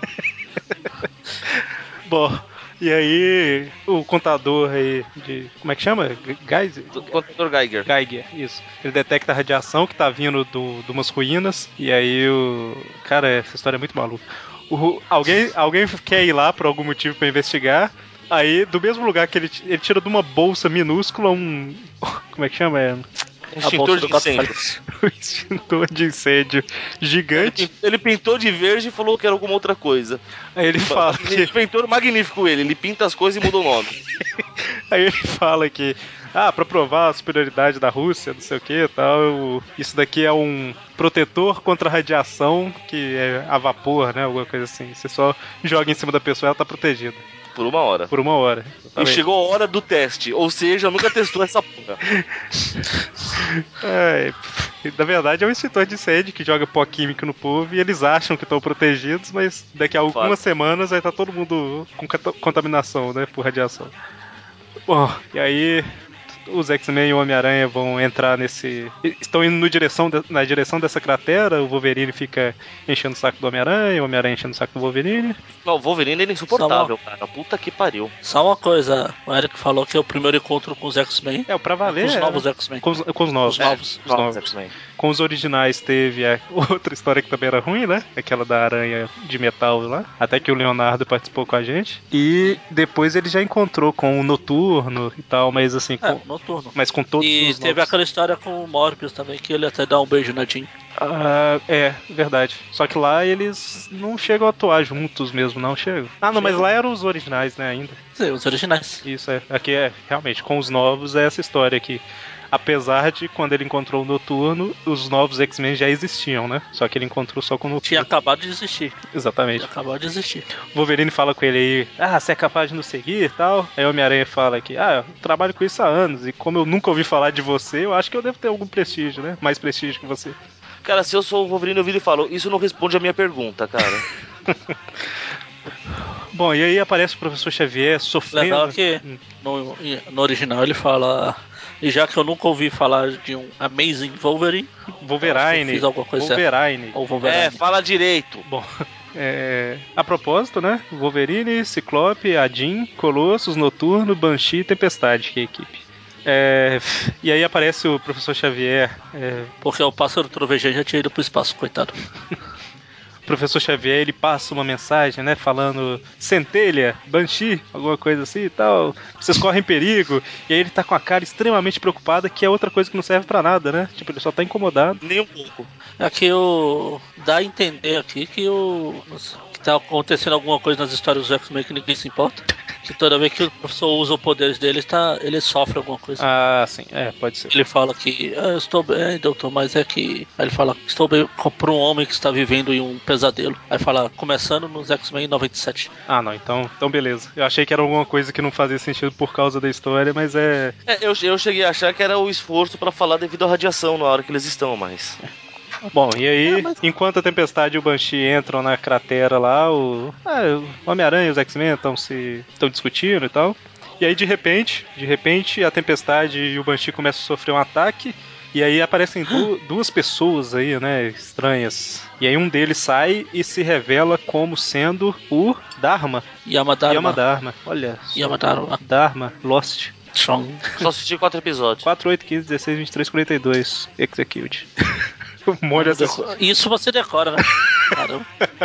Bom, e aí o contador aí de. Como é que chama? Geiger? Contador Geiger. Geiger, isso. Ele detecta a radiação que tá vindo de umas ruínas. E aí o. Cara, essa história é muito maluca. Alguém quer ir lá por algum motivo pra investigar. Aí, do mesmo lugar que ele tira de uma bolsa minúscula um. Como é que chama? Extintor de incêndio. Um extintor de incêndio gigante. Ele pintou de verde e falou que era alguma outra coisa. Aí ele fala que. Pintor magnífico ele pinta as coisas e muda o nome. Aí ele fala que, pra provar a superioridade da Rússia, não sei o que tal, isso daqui é um protetor contra radiação, que é a vapor, né, alguma coisa assim. Você só joga em cima da pessoa e ela tá protegida. Por uma hora. Por uma hora. Exatamente. E chegou a hora do teste, ou seja, nunca testou essa porra. Na verdade é um extintor de incêndio que joga pó químico no povo e eles acham que estão protegidos, mas daqui a algumas semanas vai estar todo mundo com contaminação, né, por radiação. Bom, e aí os X-Men e o Homem-Aranha vão entrar nesse. Estão indo na direção dessa cratera, o Wolverine fica enchendo o saco do Homem-Aranha, o Homem-Aranha enchendo o saco do Wolverine. Não, o Wolverine é insuportável, cara. Puta que pariu. Só uma coisa, o Eric falou que é o primeiro encontro com os X-Men. É, o pra valer. Com os novos X-Men. Com os novos. Os novos. X-Men. Com os originais teve outra história que também era ruim, né? Aquela da aranha de metal lá. Até que o Leonardo participou com a gente. E depois ele já encontrou com o Noturno e tal, mas assim. Noturno. Mas com todos e os teve novos. aquela história com o Morbius também, que ele até dá um beijo na Jean. Verdade. Só que lá eles não chegam a atuar juntos mesmo, não chegam. Não, mas lá eram os originais, né, ainda. Sim, os originais. Isso, aqui realmente, com os novos é essa história aqui. Apesar de quando ele encontrou o Noturno, os novos X-Men já existiam, né? Só que ele encontrou só com o Noturno. Tinha acabado de existir. Exatamente. Tinha acabado de existir. O Wolverine fala com ele aí, você é capaz de nos seguir e tal. Aí o Homem-Aranha fala que, eu trabalho com isso há anos, e como eu nunca ouvi falar de você, eu acho que eu devo ter algum prestígio, né? Mais prestígio que você. Cara, se eu sou o Wolverine, eu viro e falo, isso não responde a minha pergunta, cara. Bom, e aí aparece o professor Xavier sofrendo. Legal que no original ele fala... E já que eu nunca ouvi falar de um Amazing Wolverine... Wolverine. Fiz alguma coisa Wolverine. Ou Wolverine. Fala direito. Bom... a propósito, né? Wolverine, Ciclope, a Jean, Colossus, Noturno, Banshee e Tempestade, que é a equipe. E aí aparece o professor Xavier. Porque o pássaro trovejante já tinha ido pro espaço, coitado. professor Xavier, ele passa uma mensagem, né, falando centelha, Banshee, alguma coisa assim e tal, vocês correm perigo, e aí ele tá com a cara extremamente preocupada, que é outra coisa que não serve pra nada, né, tipo, ele só tá incomodado. Nem um pouco. Aqui dá a entender aqui que que tá acontecendo alguma coisa nas histórias dos X-Men que ninguém se importa. Que toda vez que o professor usa os poderes dele, ele sofre alguma coisa. Ah, sim, pode ser. Ele fala que eu estou bem, doutor, mas é que. Aí ele fala, estou bem para um homem que está vivendo em um pesadelo. Aí fala, começando nos X-Men 97. Ah, não, então beleza. Eu achei que era alguma coisa que não fazia sentido por causa da história, mas Eu cheguei a achar que era o esforço pra falar devido à radiação na hora que eles estão, mas... Bom, e aí, enquanto a Tempestade e o Banshee entram na cratera lá, o Homem-Aranha e os X-Men estão discutindo e tal. E aí, de repente, a Tempestade e o Banshee começam a sofrer um ataque. E aí aparecem duas pessoas aí, né, estranhas. E aí um deles sai e se revela como sendo o Dharma. Yamadharma. Olha só. Yamadharma. Dharma, Lost. Strong. Só assisti 4 episódios. 4, 8, 15, 16, 23, 42. Execute. Um monte de acessórios. Isso você decora, né? Caramba.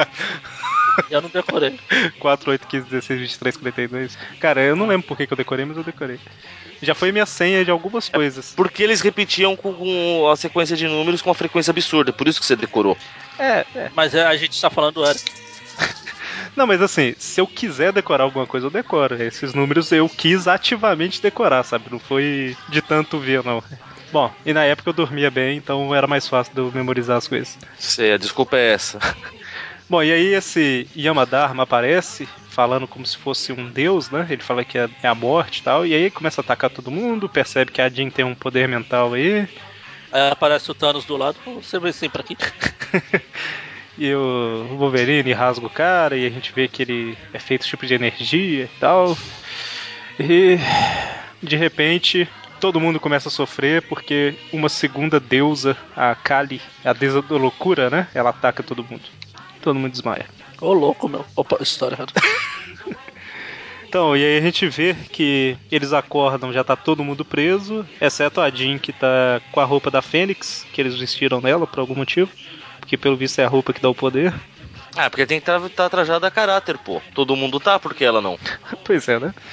Eu não decorei. 4, 8, 15, 16, 23, 42. Cara, eu não lembro por que eu decorei, mas eu decorei. Já foi minha senha de algumas coisas. Porque eles repetiam com a sequência de números com uma frequência absurda, por isso que você decorou. Mas a gente tá falando do Eric. Não, mas assim, se eu quiser decorar alguma coisa, eu decoro. Esses números eu quis ativamente decorar, sabe? Não foi de tanto ver, não. Bom, e na época eu dormia bem, então era mais fácil de eu memorizar as coisas. Sei, a desculpa é essa. Bom, e aí esse Yamadharma aparece, falando como se fosse um deus, né? Ele fala que é a morte e tal, e aí começa a atacar todo mundo, percebe que a Jean tem um poder mental aí. Aí aparece o Thanos do lado, você vê sempre aqui. E o Wolverine rasga o cara, e a gente vê que ele é feito tipo de energia e tal. E de repente todo mundo começa a sofrer porque uma segunda deusa, a Kali, a deusa da loucura, né? Ela ataca todo mundo. Todo mundo desmaia. Ô, louco, meu. Opa, história errada. Então, e aí a gente vê que eles acordam, já tá todo mundo preso, exceto a Jean, que tá com a roupa da Fênix, que eles vestiram nela por algum motivo, porque pelo visto é a roupa que dá o poder. Ah, porque tem que estar trajada a caráter, pô. Todo mundo tá, por que ela não? Pois é, né?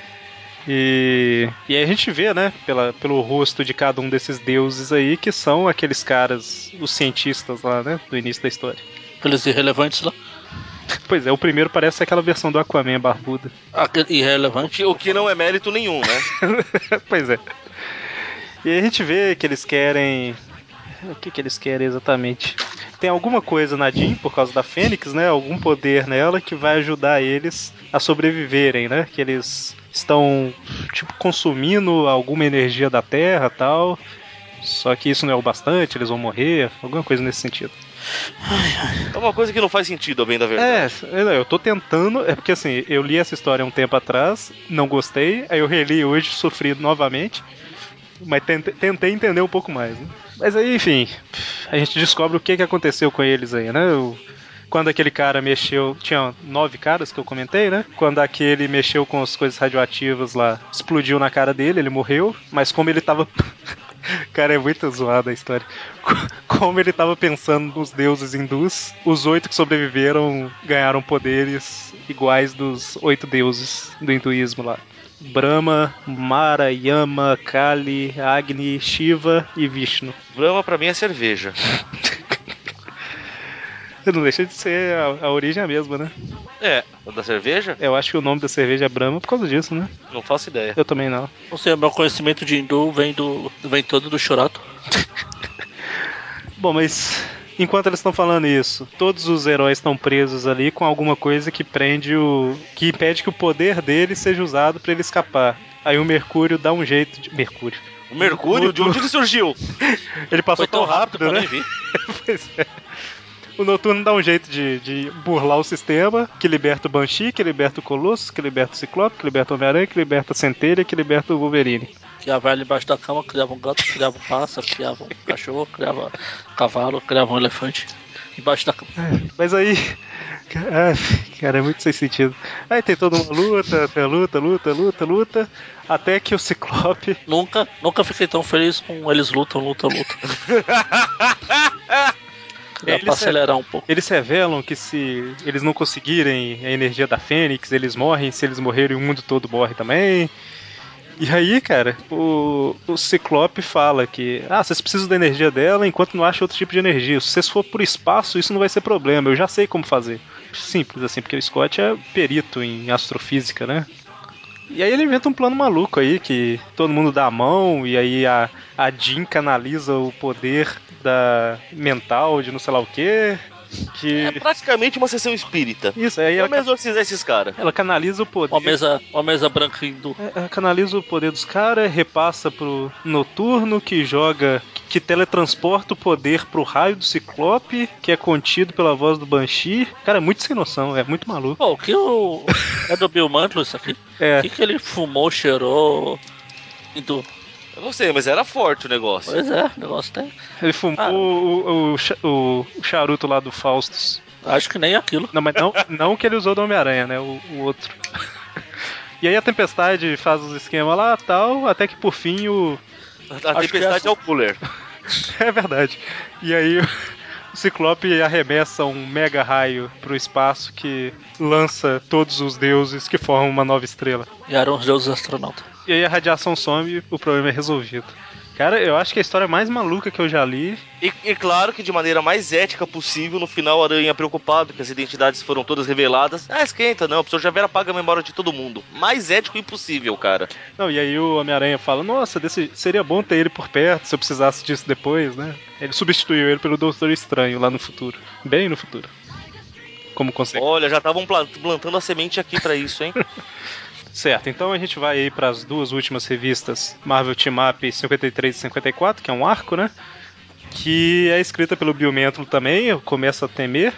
E aí a gente vê, né, pelo rosto de cada um desses deuses aí, que são aqueles caras, os cientistas lá, né, do início da história. Aqueles irrelevantes lá. Pois é, o primeiro parece aquela versão do Aquaman barbuda. Aquele irrelevante. O que não é mérito nenhum, né? Pois é. E aí a gente vê que eles querem... O que eles querem exatamente? Tem alguma coisa na Jean, por causa da Fênix, né? Algum poder nela que vai ajudar eles a sobreviverem, né? Que eles estão, tipo, consumindo alguma energia da Terra e tal. Só que isso não é o bastante, eles vão morrer. Alguma coisa nesse sentido. É uma coisa que não faz sentido, a bem da verdade. Eu tô tentando... É porque, assim, eu li essa história um tempo atrás, não gostei. Aí eu reli hoje, sofri novamente. Mas tentei entender um pouco mais, né? Mas aí, enfim, a gente descobre o que aconteceu com eles aí, né? Quando aquele cara mexeu... Tinha 9 caras que eu comentei, né? Quando aquele mexeu com as coisas radioativas lá, explodiu na cara dele, ele morreu. Mas como ele tava... Cara, é muito zoada a história. Como ele tava pensando nos deuses hindus, os 8 que sobreviveram ganharam poderes iguais dos 8 deuses do hinduísmo lá. Brahma, Mara, Yama, Kali, Agni, Shiva e Vishnu. Brahma pra mim é cerveja. Não deixa de ser a origem é a mesma, né? É, o da cerveja? Eu acho que o nome da cerveja é Brahma por causa disso, né? Não faço ideia. Eu também não. Não sei, o meu conhecimento de hindu vem todo do Churato. Bom, mas enquanto eles estão falando isso, todos os heróis estão presos ali com alguma coisa que que impede que o poder deles seja usado pra ele escapar. Aí o Mercúrio dá um jeito de... Mercúrio. O Mercúrio? De onde ele surgiu? Ele passou Foi tão rápido, né? eu nem vi. Pois é. O Noturno dá um jeito de burlar o sistema, que liberta o Banshee, que liberta o Colosso, que liberta o Ciclope, que liberta o Homem-Aranha, que liberta a Centelha, que liberta o Wolverine. Criava ela embaixo da cama, criava um gato, criava um pássaro, criava um cachorro, criava um cavalo, criava um elefante. Embaixo da cama. Mas aí... Cara, é muito sem sentido. Aí tem toda uma luta, tem a luta, até que o Ciclope... Nunca fiquei tão feliz com eles lutam. Dá pra acelerar um pouco. Eles revelam que se eles não conseguirem a energia da Fênix, eles morrem. Se eles morrerem, o mundo todo morre também. E aí, cara, o Ciclope fala que vocês precisam da energia dela enquanto não acham outro tipo de energia. Se vocês for por espaço, isso não vai ser problema. Eu já sei como fazer. Simples assim, porque o Scott é perito em astrofísica, né? E aí ele inventa um plano maluco aí, que todo mundo dá a mão, e aí a Jean canaliza o poder da mental de não sei lá o quê. É praticamente uma sessão espírita. Isso, aí Vamos exorcizar esses caras. ela canaliza o poder. Uma mesa branca hindu. Ela canaliza o poder dos caras, repassa pro Noturno, que joga, que teletransporta o poder pro raio do Ciclope, que é contido pela voz do Banshee. Cara, é muito sem noção, é muito maluco. Pô, é do Bill Mantlo isso aqui? É. O que ele fumou, cheirou? Hindu? Eu não sei, mas era forte o negócio. Pois é, o negócio tem. Ele fumou o charuto lá do Faustus. Acho que nem aquilo. Não, mas não que ele usou do Homem-Aranha, né? O outro. E aí a Tempestade faz os esquemas lá e tal, até que por fim A tempestade é o cooler. É verdade. E aí o Ciclope arremessa um mega raio pro espaço que lança todos os deuses que formam uma nova estrela. E eram os deuses astronautas. E aí a radiação some e o problema é resolvido. Cara, eu acho que é a história mais maluca que eu já li. E claro que de maneira mais ética possível, no final o Aranha preocupado que as identidades foram todas reveladas. Esquenta, não, o professor Xavier apaga a memória de todo mundo. Mais ético impossível, cara. Não, e aí o Homem-Aranha fala, nossa, seria bom ter ele por perto se eu precisasse disso depois, né? Ele substituiu ele pelo Doutor Estranho lá no futuro. Bem no futuro. Como consequência. Olha, já estavam plantando a semente aqui pra isso, hein? Certo, então a gente vai aí para as duas últimas revistas, Marvel Team Up 53 e 54, que é um arco, né? Que é escrita pelo Bill Mantlo também, eu começo a temer.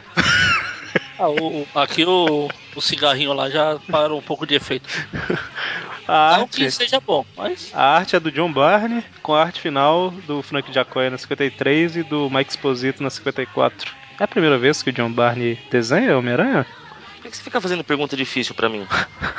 Aqui o cigarrinho lá já parou um pouco de efeito. Não que seja bom, mas... A arte é do John Barney, com a arte final do Frank Giacoia na 53 e do Mike Exposito na 54. É a primeira vez que o John Barney desenha Homem-Aranha? Por que você fica fazendo pergunta difícil pra mim?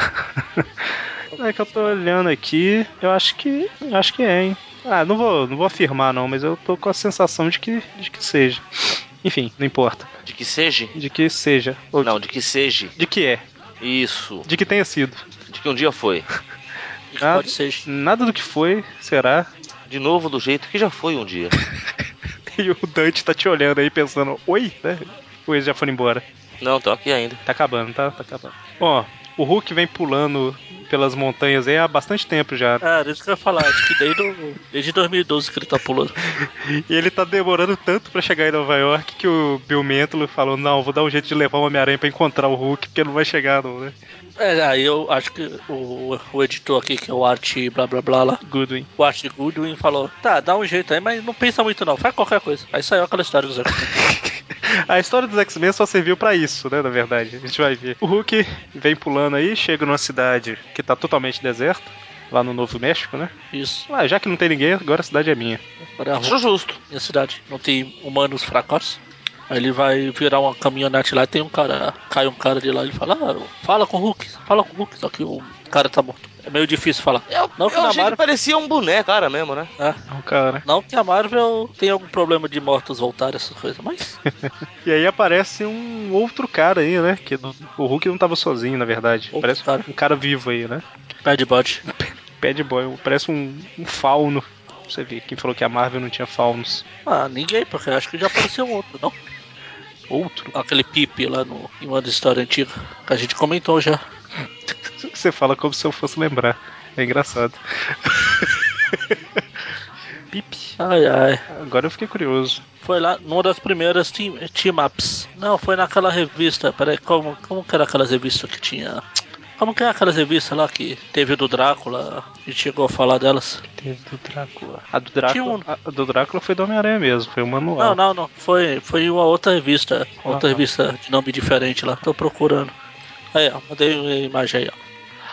É que eu tô olhando aqui, eu acho que é, hein? Não vou afirmar não, mas eu tô com a sensação de que seja. Enfim, não importa. De que seja? De que seja. Não, de que seja. De que é. Isso. De que tenha sido. De que um dia foi. Pode ser. Nada do que foi será. De novo do jeito que já foi um dia. E o Dante tá te olhando aí pensando, oi, né? Ou eles já foram embora? Não, tô aqui ainda. Tá acabando, tá? Tá acabando. Ó, o Hulk vem pulando pelas montanhas aí há bastante tempo já. Isso que eu ia falar, acho que desde 2012 que ele tá pulando. E ele tá demorando tanto pra chegar em Nova York que o Bill Mantlo falou, não, vou dar um jeito de levar o Homem-Aranha pra encontrar o Hulk, porque não vai chegar não, né? Aí eu acho que o editor aqui, que é o Art blá blá blá lá, Goodwin. o Art Goodwin falou, tá, dá um jeito aí, mas não pensa muito não, faz qualquer coisa. Aí saiu aquela história dos X-Men. A história dos X-Men só serviu pra isso, né, na verdade. A gente vai ver. O Hulk vem pulando aí, chega numa cidade que tá totalmente deserta, lá no Novo México, né? Isso. Já que não tem ninguém, agora a cidade é minha. Agora Acho justo. Minha cidade não tem humanos fracos. Aí ele vai virar uma caminhonete lá e tem um cara, cai um cara de lá e ele fala, fala com o Hulk, só que o cara tá morto. É meio difícil falar. Eu achei que parecia um boneco, cara mesmo, né? O cara. Não que a Marvel tenha algum problema de mortos voltarem, essas coisas, mas... E aí aparece um outro cara aí, né? Que o Hulk não tava sozinho, na verdade. Parece um cara vivo aí, né? Bad Body. Bad Boy, parece um fauno. Você vê, quem falou que a Marvel não tinha faunos? Ninguém, porque acho que já apareceu um outro, não? Outro? Aquele Pipe lá em uma história antiga, que a gente comentou já. Você fala como se eu fosse lembrar. É engraçado. Pipe. Ai. Agora eu fiquei curioso. Foi lá numa das primeiras team-ups. Não, foi naquela revista. Peraí, como que era aquelas revistas que tinha... Como que é aquelas revistas lá que teve do Drácula? A gente chegou a falar delas. Teve do Drácula. A do Drácula foi do Homem-Aranha mesmo, foi o manual. Não. Foi uma outra revista. Outra revista de nome diferente lá. Tô procurando. Aí, ó. Mandei uma imagem aí, ó.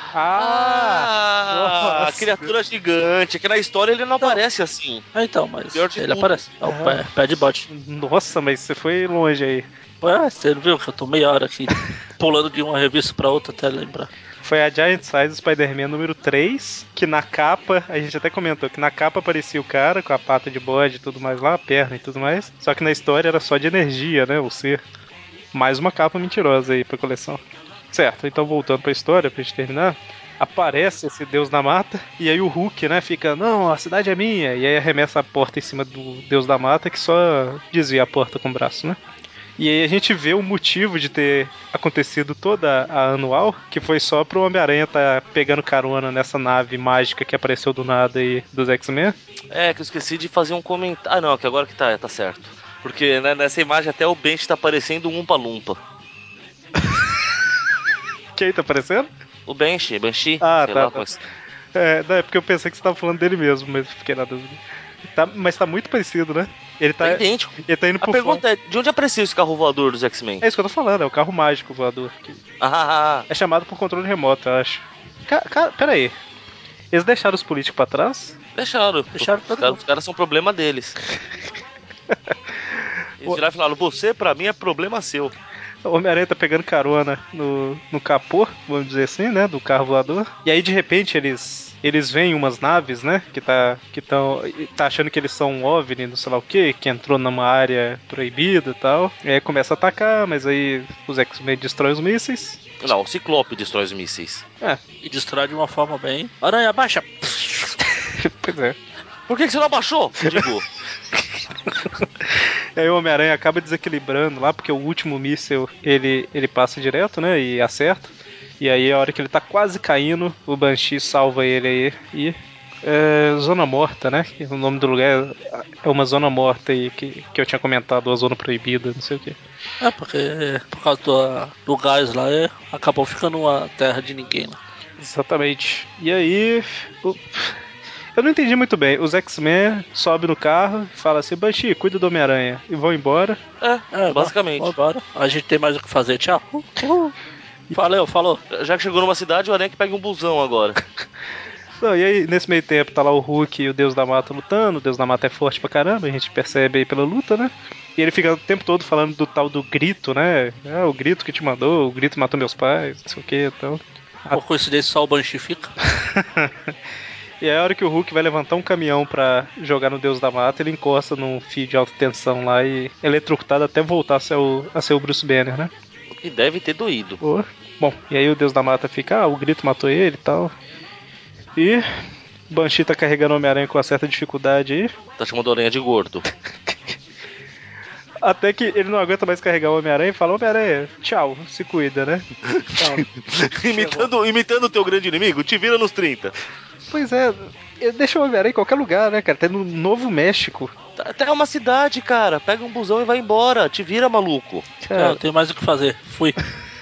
A criatura gigante, que na história ele não aparece assim. Então, mas ele aparece. É o Bad Body. Nossa, mas você foi longe aí. Você não viu que eu tô meia hora aqui pulando de uma revista pra outra até lembrar. Foi a Giant Size Spider-Man número 3, que na capa, a gente até comentou que na capa aparecia o cara com a pata de bode e tudo mais lá, a perna e tudo mais. Só que na história era só de energia, né? O ser. Mais uma capa mentirosa aí pra coleção. Certo, então voltando pra história, pra gente terminar. Aparece esse Deus da Mata, e aí o Hulk, né, fica, não, a cidade é minha, e aí arremessa a porta em cima do Deus da Mata, que só desvia a porta com o braço, né? E aí a gente vê o motivo de ter acontecido toda a anual, que foi só pro Homem-Aranha tá pegando carona nessa nave mágica que apareceu do nada aí dos X-Men. É, que eu esqueci de fazer um comentário. Ah, não, que agora que tá certo. Porque né, nessa imagem até o Bench tá parecendo um Umpa-Lumpa. Quem tá aparecendo? O Banshee, Ah, sei tá, lá. tá. Mas... É, não, é porque eu pensei que você tava falando dele mesmo, mas fiquei na dúvida. Tá, mas tá muito parecido, né? Tá idêntico. Ele tá indo A por pergunta fora. é, de onde apareceu esse carro voador dos X-Men? É isso que eu tô falando, é o carro mágico voador. Que Ah, é chamado por controle remoto, eu acho. Cara, pera aí. Eles deixaram os políticos pra trás? deixaram. Deixaram todo mundo. Os caras são problema deles. Eles viraram e falaram, você pra mim é problema seu. O Homem-Aranha tá pegando carona no capô, vamos dizer assim, né? Do carro voador. E aí, de repente, eles veem umas naves, né? Tá achando que eles são um OVNI, não sei lá o que entrou numa área proibida e tal. E aí começa a atacar, mas aí os X-Men destroem os mísseis. Não, o Ciclope destrói os mísseis. É, E destrói de uma forma bem. Aranha, baixa! pois é. Por que você não abaixou? Digo, E aí o Homem-Aranha acaba desequilibrando lá, porque o último míssil ele passa direto, né? E acerta. E aí, a hora que ele tá quase caindo, o Banshee salva ele aí. E. Zona Morta, né? O nome do lugar é uma zona morta aí que eu tinha comentado, a zona proibida, não sei o que. É, porque por causa do gás lá, acabou ficando uma terra de ninguém lá. Exatamente. E aí. Eu não entendi muito bem. Os X-Men sobem no carro e falam assim: Banshee, cuida do Homem-Aranha. E vão embora. basicamente. Vamos embora. A gente tem mais o que fazer, tchau. Valeu, falou. Já que chegou numa cidade, o Aranha que pega um busão agora. Não, e aí, nesse meio tempo, tá lá o Hulk e o Deus da Mata lutando. O Deus da Mata é forte pra caramba, a gente percebe aí pela luta, né? E ele fica o tempo todo falando do tal do grito, né? É, o grito que te mandou, o grito matou meus pais, não sei o que e tal. Por coincidência, só o Banshee fica. E aí, a hora que o Hulk vai levantar um caminhão pra jogar no Deus da Mata, ele encosta num fio de alta tensão lá e é eletrocutado até voltar a ser o Bruce Banner, né? O que deve ter doído. Pô. Bom, e aí o Deus da Mata fica, o grito matou ele e tal. E o Banshee tá carregando o Homem-Aranha com uma certa dificuldade aí. Tá chamando o Aranha de gordo. Até que ele não aguenta mais carregar o Homem-Aranha e fala: Homem-Aranha, tchau, se cuida, né? imitando o teu grande inimigo, te vira nos 30. Pois é, deixa o Homem-Aranha em qualquer lugar, né, cara? Tá no Novo México. Até uma cidade, cara. Pega um busão e vai embora. Te vira, maluco. Tchau, tem mais o que fazer. Fui.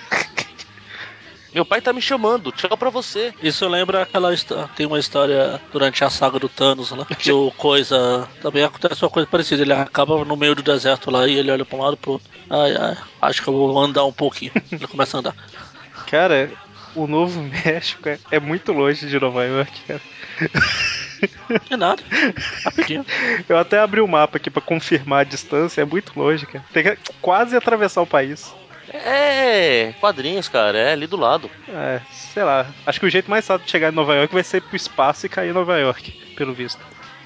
Meu pai tá me chamando. Tchau pra você. Isso lembra aquela história. Tem uma história durante a saga do Thanos lá. Que o coisa. Também acontece uma coisa parecida. Ele acaba no meio do deserto lá e ele olha pra um lado e pro outro. Ai, ai, acho que eu vou andar um pouquinho. Ele começa a andar. Cara, o Novo México é muito longe de Nova York, cara. É nada. Rapidinho. Eu até abri o mapa aqui pra confirmar a distância, é muito longe, cara. Tem que quase atravessar o país. É, quadrinhos, cara. É ali do lado. É, sei lá. Acho que o jeito mais fácil de chegar em Nova York vai ser pro espaço e cair em Nova York, pelo visto.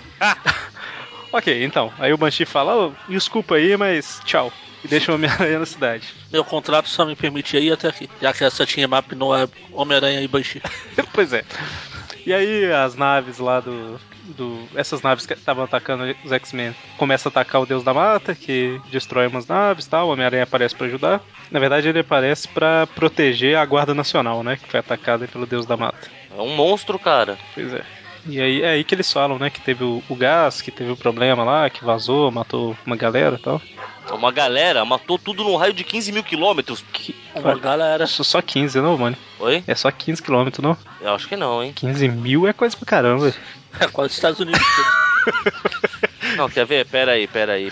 Ok, então. Aí o Banshee fala: oh, desculpa aí, mas tchau. E deixa o Homem-Aranha na cidade. Meu contrato só me permitia ir até aqui. Já que essa tinha map não é Homem-Aranha e Banshee. Pois é. E aí as naves lá essas naves que estavam atacando os X-Men começam a atacar o Deus da Mata, que destrói umas naves e tal. O Homem-Aranha aparece pra ajudar. Na verdade, ele aparece pra proteger a Guarda Nacional, né? Que foi atacada pelo Deus da Mata. É um monstro, cara. Pois é. E aí é aí que eles falam, né? Que teve o gás, que teve o problema lá, que vazou, matou uma galera e tal. Uma galera matou tudo num raio de 15 mil quilômetros. Uma galera. Só 15, não, mano? Oi? É só 15 quilômetros, não? Eu acho que não, hein? 15 mil é coisa pra caramba. É quase os Estados Unidos todos. Não, quer ver? Peraí.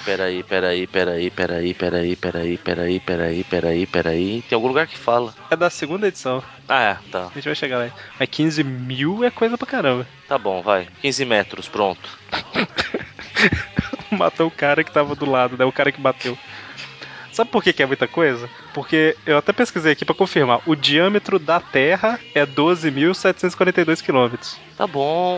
Tem algum lugar que fala. É da segunda edição. Ah, é, tá. A gente vai chegar lá. Mas 15 mil é coisa pra caramba. Tá bom, vai. 15 metros, pronto. Matou o cara que tava do lado, né? O cara que bateu. Sabe por que que é muita coisa? Porque eu até pesquisei aqui pra confirmar. O diâmetro da Terra é 12.742 quilômetros. Tá bom.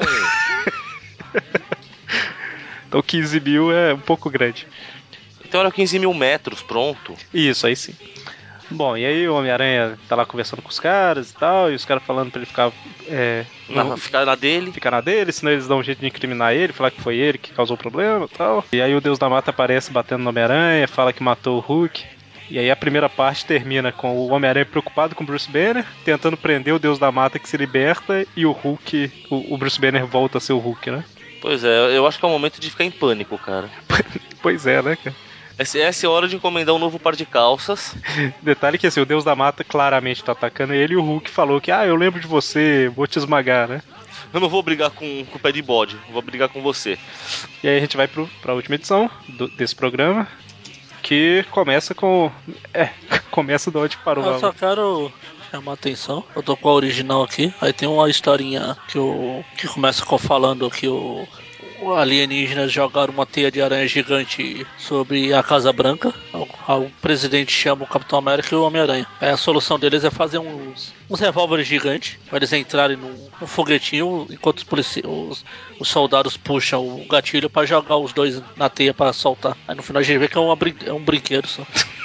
Então 15 mil é um pouco grande. Então era 15 mil metros, pronto. Isso, aí sim. Bom, e aí o Homem-Aranha tá lá conversando com os caras e tal, e os caras falando pra ele ficar... Ficar na dele. ficar na dele, senão eles dão um jeito de incriminar ele, falar que foi ele que causou o problema e tal. E aí o Deus da Mata aparece batendo no Homem-Aranha, fala que matou o Hulk. E aí a primeira parte termina com o Homem-Aranha preocupado com o Bruce Banner, tentando prender o Deus da Mata que se liberta, e o Hulk, o Bruce Banner volta a ser o Hulk, né? Pois é, eu acho que é o momento de ficar em pânico, cara. Pois é, né, cara? Essa é a hora de encomendar um novo par de calças. Detalhe que assim, o Deus da Mata claramente tá atacando ele, e o Hulk falou que, eu lembro de você, vou te esmagar, né? Eu não vou brigar com o pé de bode, eu vou brigar com você. E aí a gente vai pra última edição desse programa, que começa com... começa de onde parou. Eu só quero chamar a atenção. Eu tô com a original aqui. Aí tem uma historinha que começa falando que o alienígenas jogaram uma teia de aranha gigante sobre a Casa Branca. O presidente chama o Capitão América e o Homem-Aranha. Aí a solução deles é fazer uns revólveres gigantes para eles entrarem num foguetinho enquanto os soldados puxam o gatilho para jogar os dois na teia para soltar. Aí no final a gente vê que é um brinquedo só.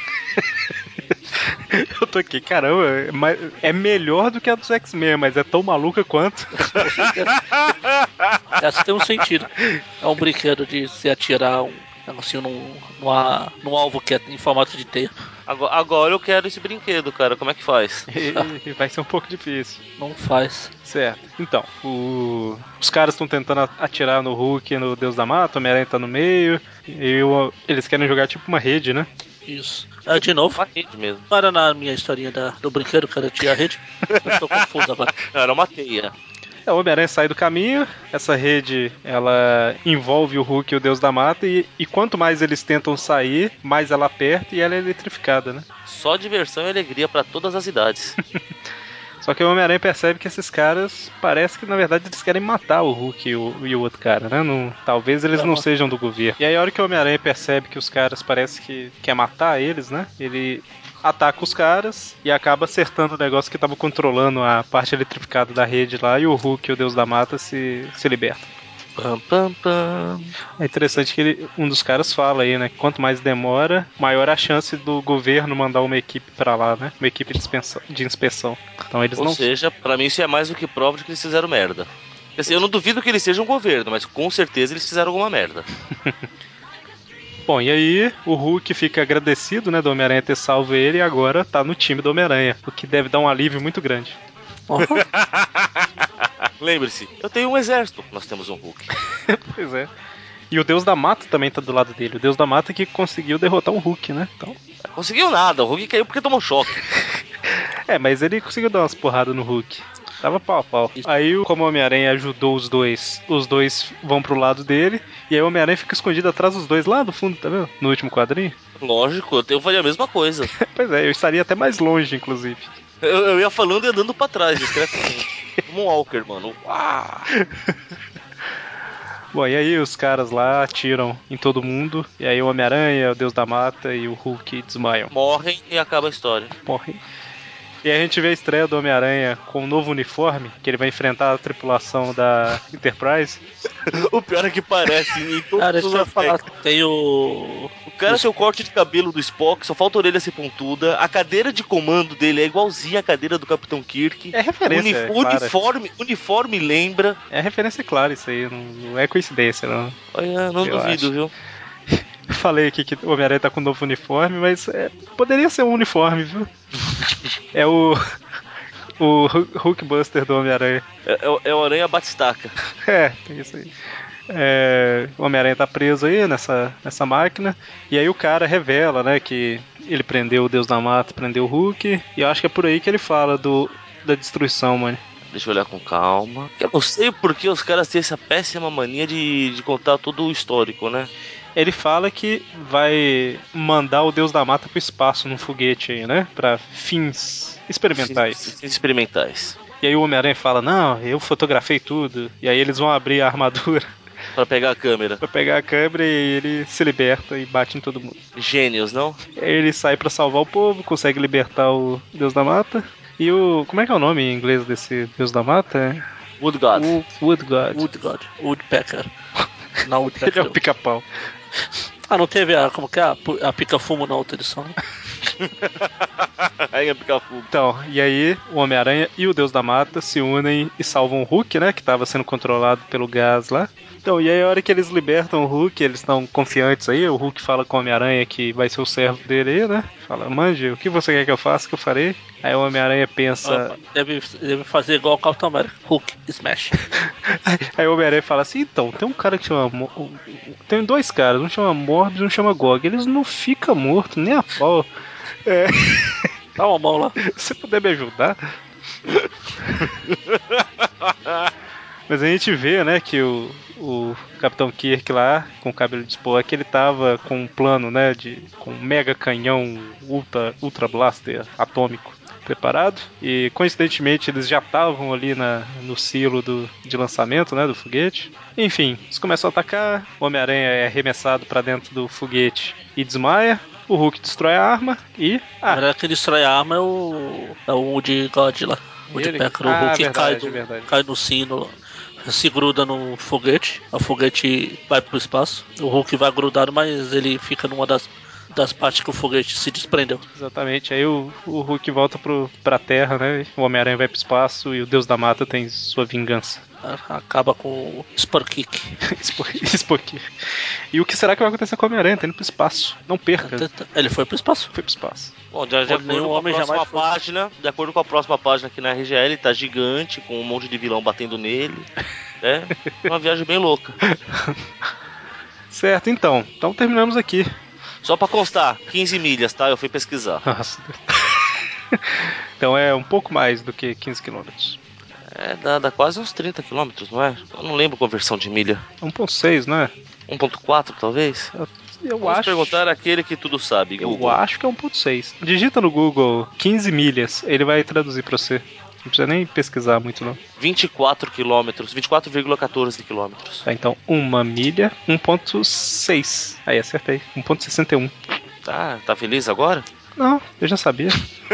Eu tô aqui, caramba, é melhor do que a dos X-Men, mas é tão maluca quanto. Essa tem um sentido. É um brinquedo de se atirar um negocinho num alvo que é em formato de teia. Agora eu quero esse brinquedo, cara. Como é que faz? E vai ser um pouco difícil. Não faz. Certo. Então, os caras estão tentando atirar no Hulk, no Deus da Mata, o Homem-Aranha tá no meio, e eles querem jogar tipo uma rede, né? Isso. De novo. Uma rede mesmo. Não era na minha historinha do brinquedo que era tirar a rede? Eu tô confuso agora. Não, era uma teia. O Homem-Aranha sai do caminho, essa rede, ela envolve o Hulk e o Deus da Mata, e quanto mais eles tentam sair, mais ela aperta e ela é eletrificada, né? Só diversão e alegria pra todas as idades. Só que o Homem-Aranha percebe que esses caras, parece que na verdade eles querem matar o Hulk e o outro cara, né? Talvez eles não sejam do governo. E aí a hora que o Homem-Aranha percebe que os caras parece que quer matar eles, né? Ele ataca os caras e acaba acertando o negócio que tava controlando a parte eletrificada da rede lá, e o Hulk e o Deus da Mata se libertam. Pam, pam, pam. É interessante que um dos caras fala aí, né? Quanto mais demora, maior a chance do governo mandar uma equipe pra lá, né? Uma equipe de inspeção. Então eles Ou seja, pra mim isso é mais do que prova de que eles fizeram merda. Assim, eu não duvido que eles sejam um governo, mas com certeza eles fizeram alguma merda. Bom, e aí o Hulk fica agradecido, né, do Homem-Aranha ter salvo ele, e agora tá no time do Homem-Aranha, o que deve dar um alívio muito grande. Lembre-se, eu tenho um exército, nós temos um Hulk. Pois é. E o Deus da Mata também tá do lado dele. O Deus da Mata que conseguiu derrotar o Hulk, né? Então... Conseguiu nada, o Hulk caiu porque tomou choque. mas ele conseguiu dar umas porradas no Hulk. Tava pau a pau. Aí, como o Homem-Aranha ajudou os dois vão pro lado dele, e aí o Homem-Aranha fica escondido atrás dos dois lá do fundo, tá vendo? No último quadrinho. Lógico, eu faria a mesma coisa. Pois é, eu estaria até mais longe, inclusive. Eu ia falando e andando pra trás, discretamente. Como um Walker, mano. Bom, e aí os caras lá atiram em todo mundo, e aí o Homem-Aranha, o Deus da Mata e o Hulk desmaiam. Morrem e acaba a história. Morrem. E aí a gente vê a estreia do Homem-Aranha com um novo uniforme, que ele vai enfrentar a tripulação da Enterprise. O pior é que parece em todos Cara, os deixa eu falar. aspectos. Tem o cara tem o corte de cabelo do Spock, só falta a orelha ser pontuda. A cadeira de comando dele é igualzinha à cadeira do Capitão Kirk. É referência, Uniforme lembra. É referência clara isso aí, não é coincidência, não. Olha, não duvido, viu? Falei aqui que o Homem-Aranha tá com um novo uniforme, mas poderia ser um uniforme, viu? É o Hulkbuster do Homem-Aranha. É o Aranha Batistaca. Tem isso aí. O Homem-Aranha tá preso aí nessa máquina, e aí o cara revela, né, que ele prendeu o Deus da Mata, prendeu o Hulk, e eu acho que é por aí que ele fala da destruição, mano. Deixa eu olhar com calma. Eu não sei porque os caras têm essa péssima mania de contar todo o histórico, né? Ele fala que vai mandar o Deus da Mata pro espaço num foguete aí, né? Pra fins experimentais. Fins experimentais. E aí o Homem-Aranha fala, não, eu fotografei tudo. E aí eles vão abrir a armadura. Pra pegar a câmera. Pra pegar a câmera e ele se liberta e bate em todo mundo. Gênios, não? Ele sai pra salvar o povo, consegue libertar o Deus da Mata. E o... Como é que é o nome em inglês desse Deus da Mata? Wood God. Wood God. Woodpecker. Não, Ele Woodpecker. é o pica-pau. Ah, não teve a... Como que é? A pica-fumo na outra edição, né? Aí é picar fogo. Então, e aí o Homem-Aranha e o Deus da Mata se unem e salvam o Hulk, né? Que tava sendo controlado pelo gás lá. Então, e aí a hora que eles libertam o Hulk, eles estão confiantes aí, o Hulk fala com o Homem-Aranha que vai ser o servo dele aí, né? Fala, mande, o que você quer que eu faça, que eu farei? Aí o Homem-Aranha pensa... Deve fazer igual o Capitão América. Hulk, smash. Aí o Homem-Aranha fala assim, então, tem um cara que chama... Tem dois caras, um chama Morbius e um chama Gog. Eles não ficam mortos, nem a pau. É... Dá uma mão lá. Se puder me ajudar... Mas a gente vê, né, que o Capitão Kirk lá, com o cabelo de Spock, ele tava com um plano, né, com um mega canhão Ultra Blaster atômico preparado. E, coincidentemente, eles já estavam ali no silo de lançamento, né, do foguete. Enfim, eles começam a atacar, o Homem-Aranha é arremessado pra dentro do foguete e desmaia. O Hulk destrói a arma e... Na verdade, quem destrói a arma é o Wood God lá. O Woodpecker. O Hulk verdade. cai no sino, se gruda no foguete. O foguete vai pro espaço. O Hulk vai grudado, mas ele fica numa das partes que o foguete se desprendeu. Exatamente, aí o Hulk volta pra Terra, né? O Homem-Aranha vai pro espaço e o Deus da Mata tem sua vingança. Acaba com o Sporkick. Spock. E o que será que vai acontecer com o Homem-Aranha? Tá indo pro espaço. Não perca. Ele foi pro espaço. Foi pro espaço. Bom, de acordo com a próxima página aqui na RGL, ele tá gigante, com um monte de vilão batendo nele. É uma viagem bem louca. Certo, então terminamos aqui. Só pra constar, 15 milhas, tá? Eu fui pesquisar. Nossa. Então é um pouco mais do que 15 quilômetros. Dá quase uns 30 quilômetros, não é? Eu não lembro a conversão de milha. 1.6, não é? 1.4, talvez? Vamos perguntar àquele que tudo sabe, Google. Eu acho que é 1.6. Digita no Google 15 milhas, ele vai traduzir pra você. Não precisa nem pesquisar muito, não. 24 quilômetros, 24,14 quilômetros. Tá, então, uma milha, 1.6. Aí, acertei. 1.61. Tá feliz agora? Não, eu já sabia.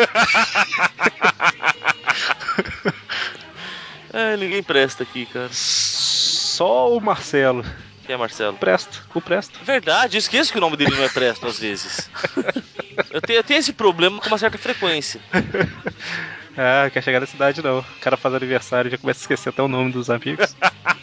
Ninguém presta aqui, cara. Só o Marcelo. Quem é Marcelo? O Presto. Verdade, eu esqueço que o nome dele não é Presto às vezes. Eu tenho esse problema com uma certa frequência. Quer chegar na cidade não. O cara faz aniversário e já começa a esquecer até o nome dos amigos.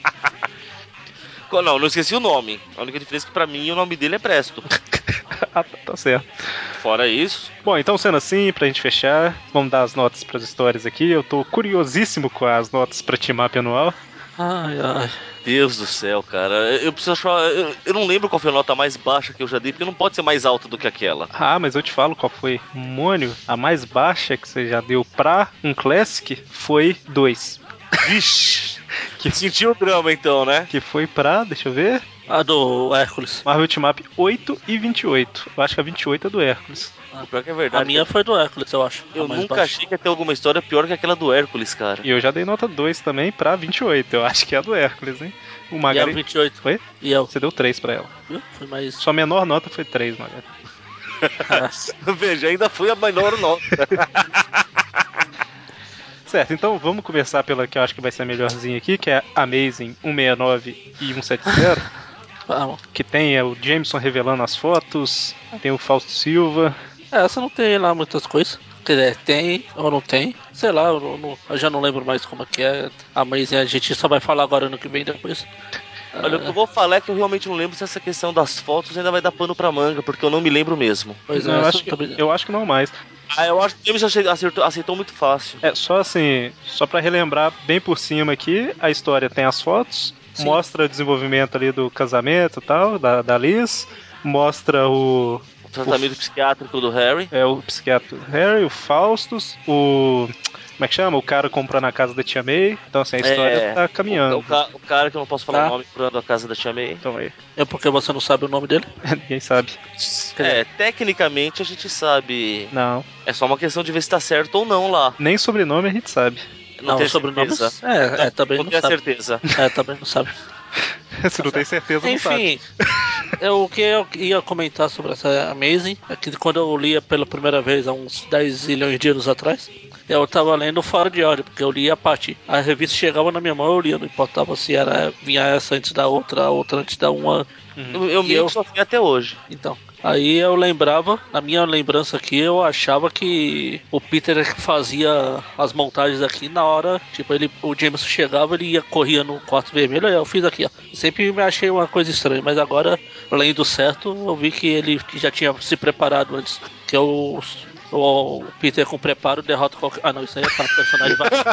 Não esqueci o nome. A única diferença é que pra mim o nome dele é Presto. Tá certo. Fora isso. Bom, então sendo assim, pra gente fechar, vamos dar as notas pras histórias aqui. Eu tô curiosíssimo com as notas pra Team Up anual. Ai. Deus do céu, cara. Eu preciso achar. Eu não lembro qual foi a nota mais baixa que eu já dei, porque não pode ser mais alta do que aquela. Mas eu te falo qual foi. Mônio, a mais baixa que você já deu pra um Classic foi 2. Vixe! Que sentiu o drama então, né? Que foi pra, deixa eu ver. A do Hércules. Marvel Team Up 8 e 28. Eu acho que a 28 é do Hércules. O pior que é verdade. A minha foi do Hércules, eu acho. Eu nunca achei que ia ter alguma história pior que aquela do Hércules, cara. E eu já dei nota 2 também pra 28. Eu acho que é a do Hércules, hein? O Magari... E a 28. Foi? E eu? Você deu 3 pra ela. Foi mais... Sua menor nota foi 3, Magari. Veja, ainda foi a menor nota. Certo, então vamos começar pela que eu acho que vai ser a melhorzinha aqui, que é Amazing 169 e 170. Que tem o Jameson revelando as fotos, tem o Fausto Silva. Essa não tem lá muitas coisas. Quer dizer, tem ou não tem. Sei lá, eu já não lembro mais como é que é. Amazing a gente só vai falar agora no que vem depois. Olha, o que eu vou falar é que eu realmente não lembro se essa questão das fotos ainda vai dar pano pra manga, porque eu não me lembro mesmo. Pois não, eu acho que não mais. Eu acho que o James aceitou muito fácil. Só assim, só pra relembrar bem por cima aqui, a história tem as fotos, sim, mostra o desenvolvimento ali do casamento e tal, da Liz, mostra o tratamento psiquiátrico do Harry. O psiquiatra do Harry, o Faustus, como é que chama? O cara comprando a casa da Tia May. Então, assim, a história tá caminhando. O cara que eu não posso falar o nome comprando a casa da Tia May. Então aí. É porque você não sabe o nome dele? Ninguém sabe. Tecnicamente a gente sabe. Não. É só uma questão de ver se tá certo ou não lá. Nem sobrenome a gente sabe. Não tem sobrenome. Também não tenho sabe. certeza. Também não sabe. Se não tem certeza, não sabe. Enfim, o que eu ia comentar sobre essa Amazing é que quando eu lia pela primeira vez, há uns 10 zilhões de anos atrás, eu tava lendo fora de ordem, porque eu lia a parte. A revista chegava na minha mão, eu lia, não importava se vinha essa antes da outra, a outra antes da uma. Eu meio que sou assim até hoje. Então, aí eu lembrava, na minha lembrança aqui, eu achava que o Peter é que fazia as montagens aqui na hora, tipo, o Jameson chegava, corria no quarto vermelho, aí eu fiz aqui, ó. Sempre me achei uma coisa estranha, mas agora, lendo certo, eu vi que ele já tinha se preparado antes, que o Peter com preparo derrota qualquer... Ah, não, isso aí é pra personagem vazio.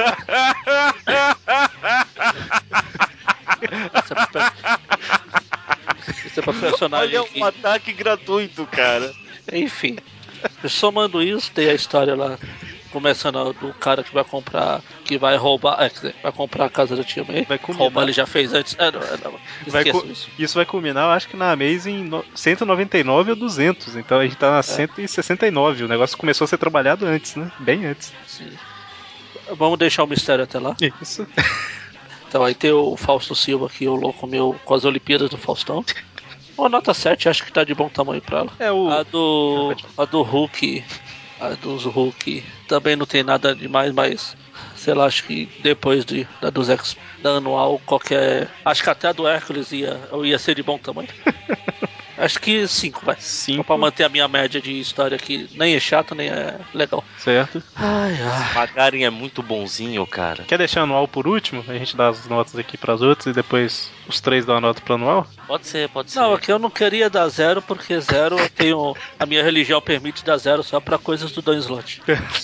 Isso é pra personagem. Olha, um ataque gratuito, cara. Enfim, somando isso, tem a história lá, começando do cara que vai comprar, que vai roubar, quer dizer, vai comprar a casa da tia May. Vai culminar. Roubar ele já fez antes. Não, isso. Isso vai culminar, eu acho que na Amazing 199 ou 200, então a gente tá na 169, o negócio começou a ser trabalhado antes, né? Bem antes. Sim. Vamos deixar o mistério até lá. Isso. Então aí tem o Fausto Silva aqui, o louco meu, com as Olimpíadas do Faustão. Uma nota 7, acho que tá de bom tamanho pra ela. A do Hulk, a dos Hulk, também não tem nada demais, mas sei lá, acho que depois da dos X, da anual, acho que até a do Hércules ia ser de bom tamanho. Acho que 5, vai. 5. Pra manter a minha média de história aqui, nem é chato, nem é legal. Certo. Ai. Magaren é muito bonzinho, cara. Quer deixar anual por último? A gente dá as notas aqui pras outras e depois os 3 dão a nota pro anual? Pode ser. Não, aqui eu não queria dar 0, porque 0 eu tenho. A minha religião permite dar 0 só pra coisas do Dan Slott.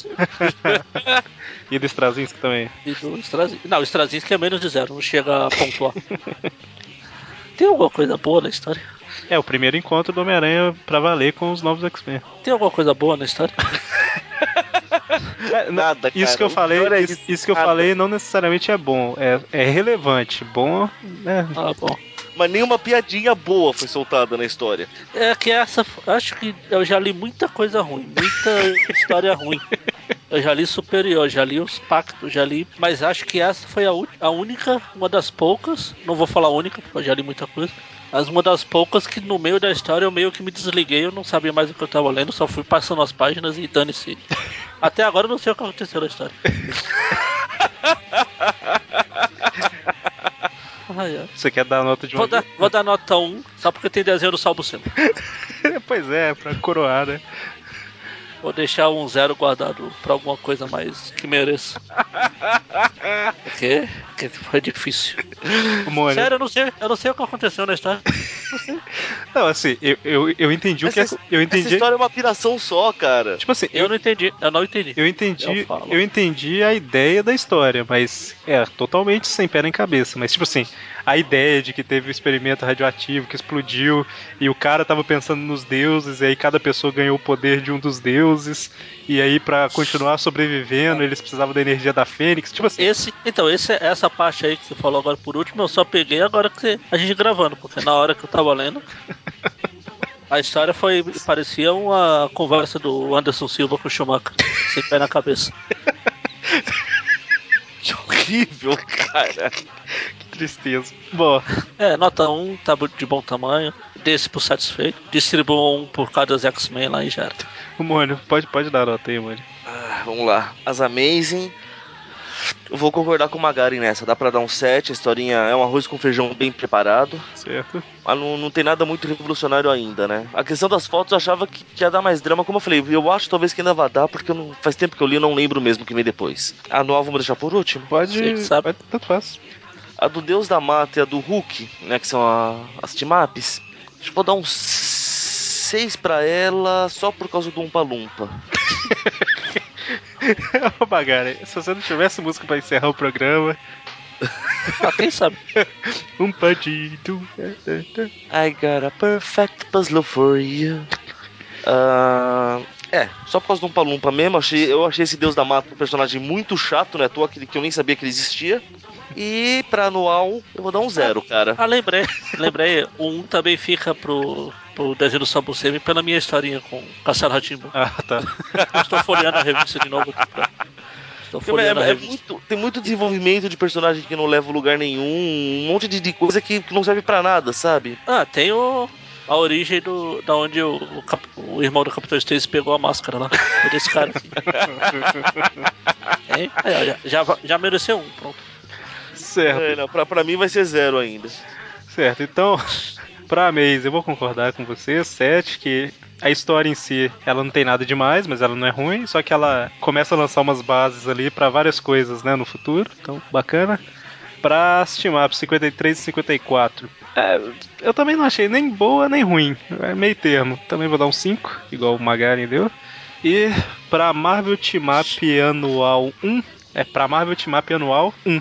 E do Straczynski também. E do Straczynski. Não, o Straczynski é menos de 0, não chega a pontuar. Tem alguma coisa boa na história? É o primeiro encontro do Homem-Aranha pra valer com os novos X-Men. Tem alguma coisa boa na história? Nada, cara. Isso que eu falei, isso que eu falei não necessariamente é bom, é relevante. Bom, né? Ah, bom. Mas nenhuma piadinha boa foi soltada na história. É que acho que eu já li muita coisa ruim, muita história ruim. Eu já li Superior, já li Os Pactos, já li. Mas acho que essa foi a única, uma das poucas. Não vou falar única, porque eu já li muita coisa. Mas uma das poucas que no meio da história eu meio que me desliguei. Eu não sabia mais o que eu tava lendo, só fui passando as páginas e dane-se. Até agora eu não sei o que aconteceu na história. Você quer dar a nota de Vou dar nota 1, só porque tem desenho do Salvo Sempre. Pois é, pra coroar, né? Vou deixar um 0 guardado pra alguma coisa mais que mereça. Porque foi difícil. Mônio. Sério, eu não sei o que aconteceu na história. Não, assim, eu entendi o que eu entendi. Essa história é uma piração só, cara. Tipo assim, eu não entendi. Eu entendi a ideia da história, mas totalmente sem pé nem cabeça. Mas, tipo assim, a ideia de que teve um experimento radioativo que explodiu e o cara tava pensando nos deuses, e aí cada pessoa ganhou o poder de um dos deuses, e aí pra continuar sobrevivendo eles precisavam da energia da Fênix. Tipo assim. Essa parte aí que você falou agora por último, eu só peguei agora que a gente gravando, porque na hora que eu tava lendo. A história parecia uma conversa do Anderson Silva com o Schumacher, sem pé na cabeça. Que horrível, cara. Que tristeza. Bom. Nota 1, tá de bom tamanho. Desse por satisfeito. Distribua 1 por cada X-Men lá e já era. Mônio, pode dar nota aí, Mônio. Vamos lá. As Amazing. Eu vou concordar com o Magaren nessa. Dá pra dar um 7. A historinha é um arroz com feijão bem preparado. Certo. Mas não tem nada muito revolucionário ainda, né? A questão das fotos eu achava que ia dar mais drama. Como eu falei, eu acho talvez que ainda vai dar, porque faz tempo que eu li, eu não lembro mesmo o que vem depois. A anual vamos deixar por último? Pode, tanto faz. A do Deus da Mata e a do Hulk, né, que são as team-ups, acho que vou dar um 6 pra ela só por causa do Umpa Lumpa. Ô, Magari, se você não tivesse música pra encerrar o programa... Quem sabe? Umpadito. I got a perfect puzzle for you. Só por causa do Umpa Lumpa mesmo. Eu achei esse Deus da Mata um personagem muito chato, né? Que eu nem sabia que ele existia. E pra anual, eu vou dar um 0, cara. Lembrei. O 1 também fica pro desenho do Sabu Semi pela minha historinha com Castelo Rá-Tim-Bum. Tá. Eu estou folheando a revista de novo aqui Tô folheando a revista. Tem muito desenvolvimento de personagem que não leva a lugar nenhum, um monte de coisa que não serve pra nada, sabe? Tem a origem da onde o irmão do Capitão Stacy pegou a máscara lá. Foi desse cara, assim. Aí, ó, já mereceu um, pronto. Certo. Não, pra mim vai ser 0 ainda. Certo, então, pra Maze, eu vou concordar com você, 7, que a história em si, ela não tem nada demais, mas ela não é ruim, só que ela começa a lançar umas bases ali pra várias coisas, né, no futuro, então, bacana. Pra Steam Up 53 e 54, eu também não achei nem boa nem ruim, é meio termo, também vou dar um 5, igual o Magaren deu. E pra Marvel Team Up Anual 1, pra Marvel Team Up Anual 1.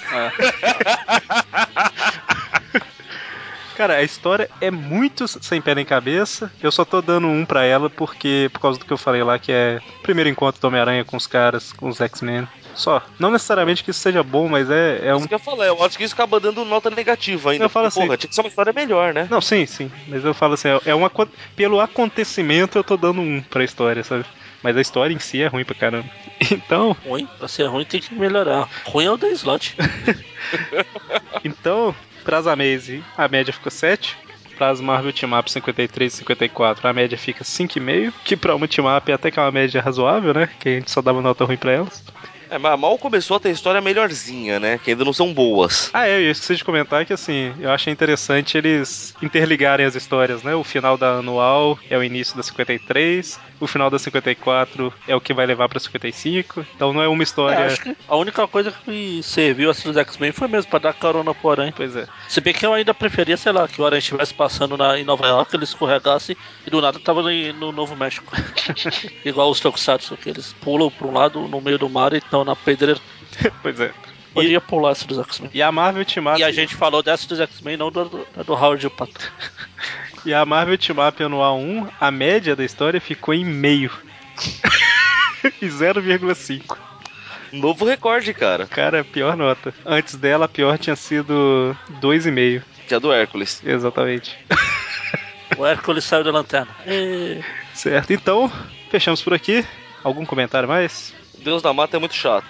Cara, a história é muito sem pé nem cabeça. Eu só tô dando um pra ela por causa do que eu falei lá, que é o primeiro encontro do Homem-Aranha com os caras, com os X-Men. Só. Não necessariamente que isso seja bom, mas é um... Isso que eu falei, eu acho que isso acaba dando nota negativa ainda. Eu falo porque, assim... porra, tinha que ser uma história melhor, né? Não, sim. Mas eu falo assim, pelo acontecimento eu tô dando um pra história, sabe? Mas a história em si é ruim pra caramba. Então... Ruim? Pra ser ruim tem que melhorar. Ruim é o The Slot. Então, pras Amazing, a média ficou 7. Pras Marvel Team Up 53 e 54, a média fica 5,5. Que pra uma Team Up até que é uma média razoável, né? Que a gente só dava nota ruim pra elas. Mas mal começou a ter história melhorzinha, né? Que ainda não são boas. Eu esqueci de comentar que, assim, eu achei interessante eles interligarem as histórias, né? O final da anual é o início da 53, o final da 54 é o que vai levar pra 55, então não é uma história... Acho que a única coisa que me serviu assim dos X-Men foi mesmo pra dar carona pro Aranha. Pois é. Se bem que eu ainda preferia, sei lá, que o Aranha estivesse passando em Nova York, ele escorregasse e do nada tava no Novo México. Igual os Tokusatsu, que eles pulam pra um lado no meio do mar e estão na pedreira. Pois é. Poderia pular essa dos X-Men. E a Marvel Team Up... E a gente falou dessa dos X-Men, não do Howard e o Pato. E a Marvel Team Up Anual 1, a média da história ficou em meio. E 0,5. Novo recorde, cara. Cara, pior nota. Antes dela, a pior tinha sido 2,5. Que é a do Hércules. Exatamente. O Hércules saiu da lanterna. Certo, então, fechamos por aqui. Algum comentário mais? Deus da Mata é muito chato.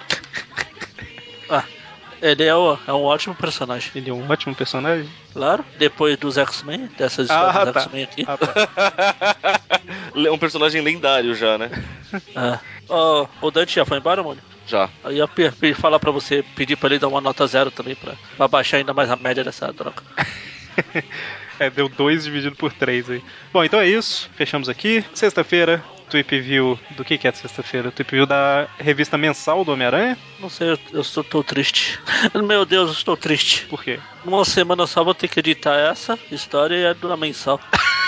Ele é um ótimo personagem. Ele é um ótimo personagem. Claro, depois dos X-Men, dessas histórias dos Tá. X-Men aqui. É um personagem lendário já, né? O Dante já foi embora, mano? Já. Eu ia falar pra você, pedir pra ele dar uma nota 0 também, pra baixar ainda mais a média dessa droga. Deu 2 dividido por 3 aí. Bom, então é isso. Fechamos aqui. Sexta-feira, Tweep View. Do que é sexta-feira? Tweep View da revista mensal do Homem-Aranha. Não sei, eu tô triste. Meu Deus, eu estou triste. Por quê? Numa semana só vou ter que editar essa história e a da mensal.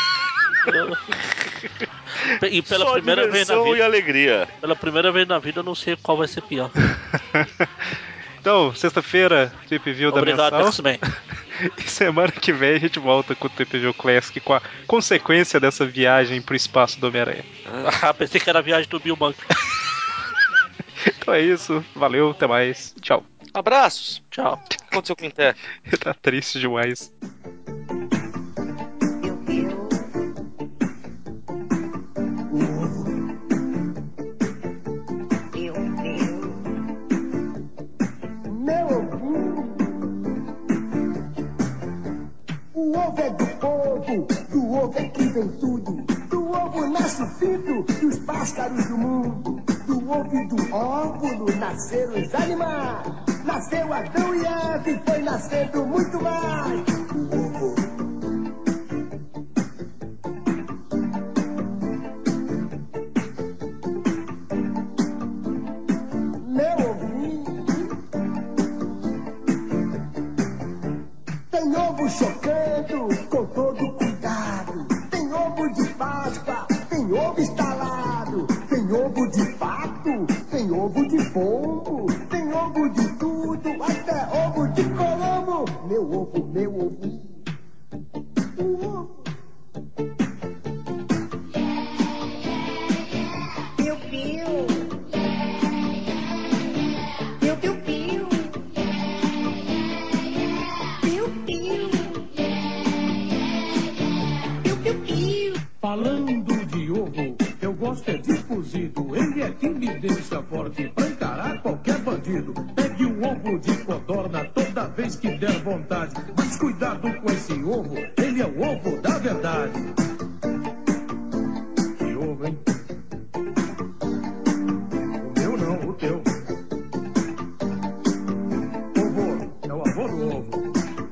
E pela Só primeira vez na vida. E alegria. Pela primeira vez na vida eu não sei qual vai ser pior. Então, sexta-feira, Tweep View da Obrigado, mensal. X-Men. E semana que vem a gente volta com o Tweep View Classic, com a consequência dessa viagem pro espaço do Homem-Aranha. Pensei que era a viagem do Bill Monk. Então é isso. Valeu, até mais. Tchau. Abraços. Tchau. O que aconteceu com o Inter? Tá triste demais. O ovo é do povo, do ovo é que vem tudo. Do ovo nasce o pinto dos pássaros do mundo. Do ovo e do óvulo nasceram os animais. Nasceu Adão e Eva e foi nascendo muito mais. O ovo. Meu ovinho. Tem ovo chocando com todo cuidado. Tem ovo de Páscoa, tem ovo estalado. Tem ovo de pato, tem ovo de pombo. Tem ovo de tudo, até ovo de colombo. Meu ovo, meu ovinho. O ovo. Piu-piu. Piu-piu-piu. Piu-piu. Piu-piu-piu. Falando de ovo, eu gosto é de cozido. Ele é que me deixa forte pra encarar qualquer desse ovo, ele é o ovo da verdade. Que ovo, hein? O meu não, o teu. Ovo é o avô do ovo.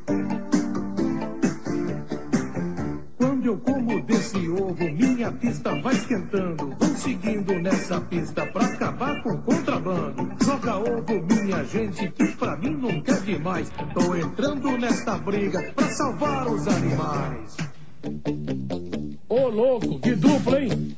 Quando eu como desse ovo, minha pista vai esquentando. Vou seguindo nessa pista pra acabar com o contrabando. Joga ovo, minha gente, que pra mim nunca é demais. Tô entrando nesta briga pra salvar os animais. Ô louco, que dupla, hein?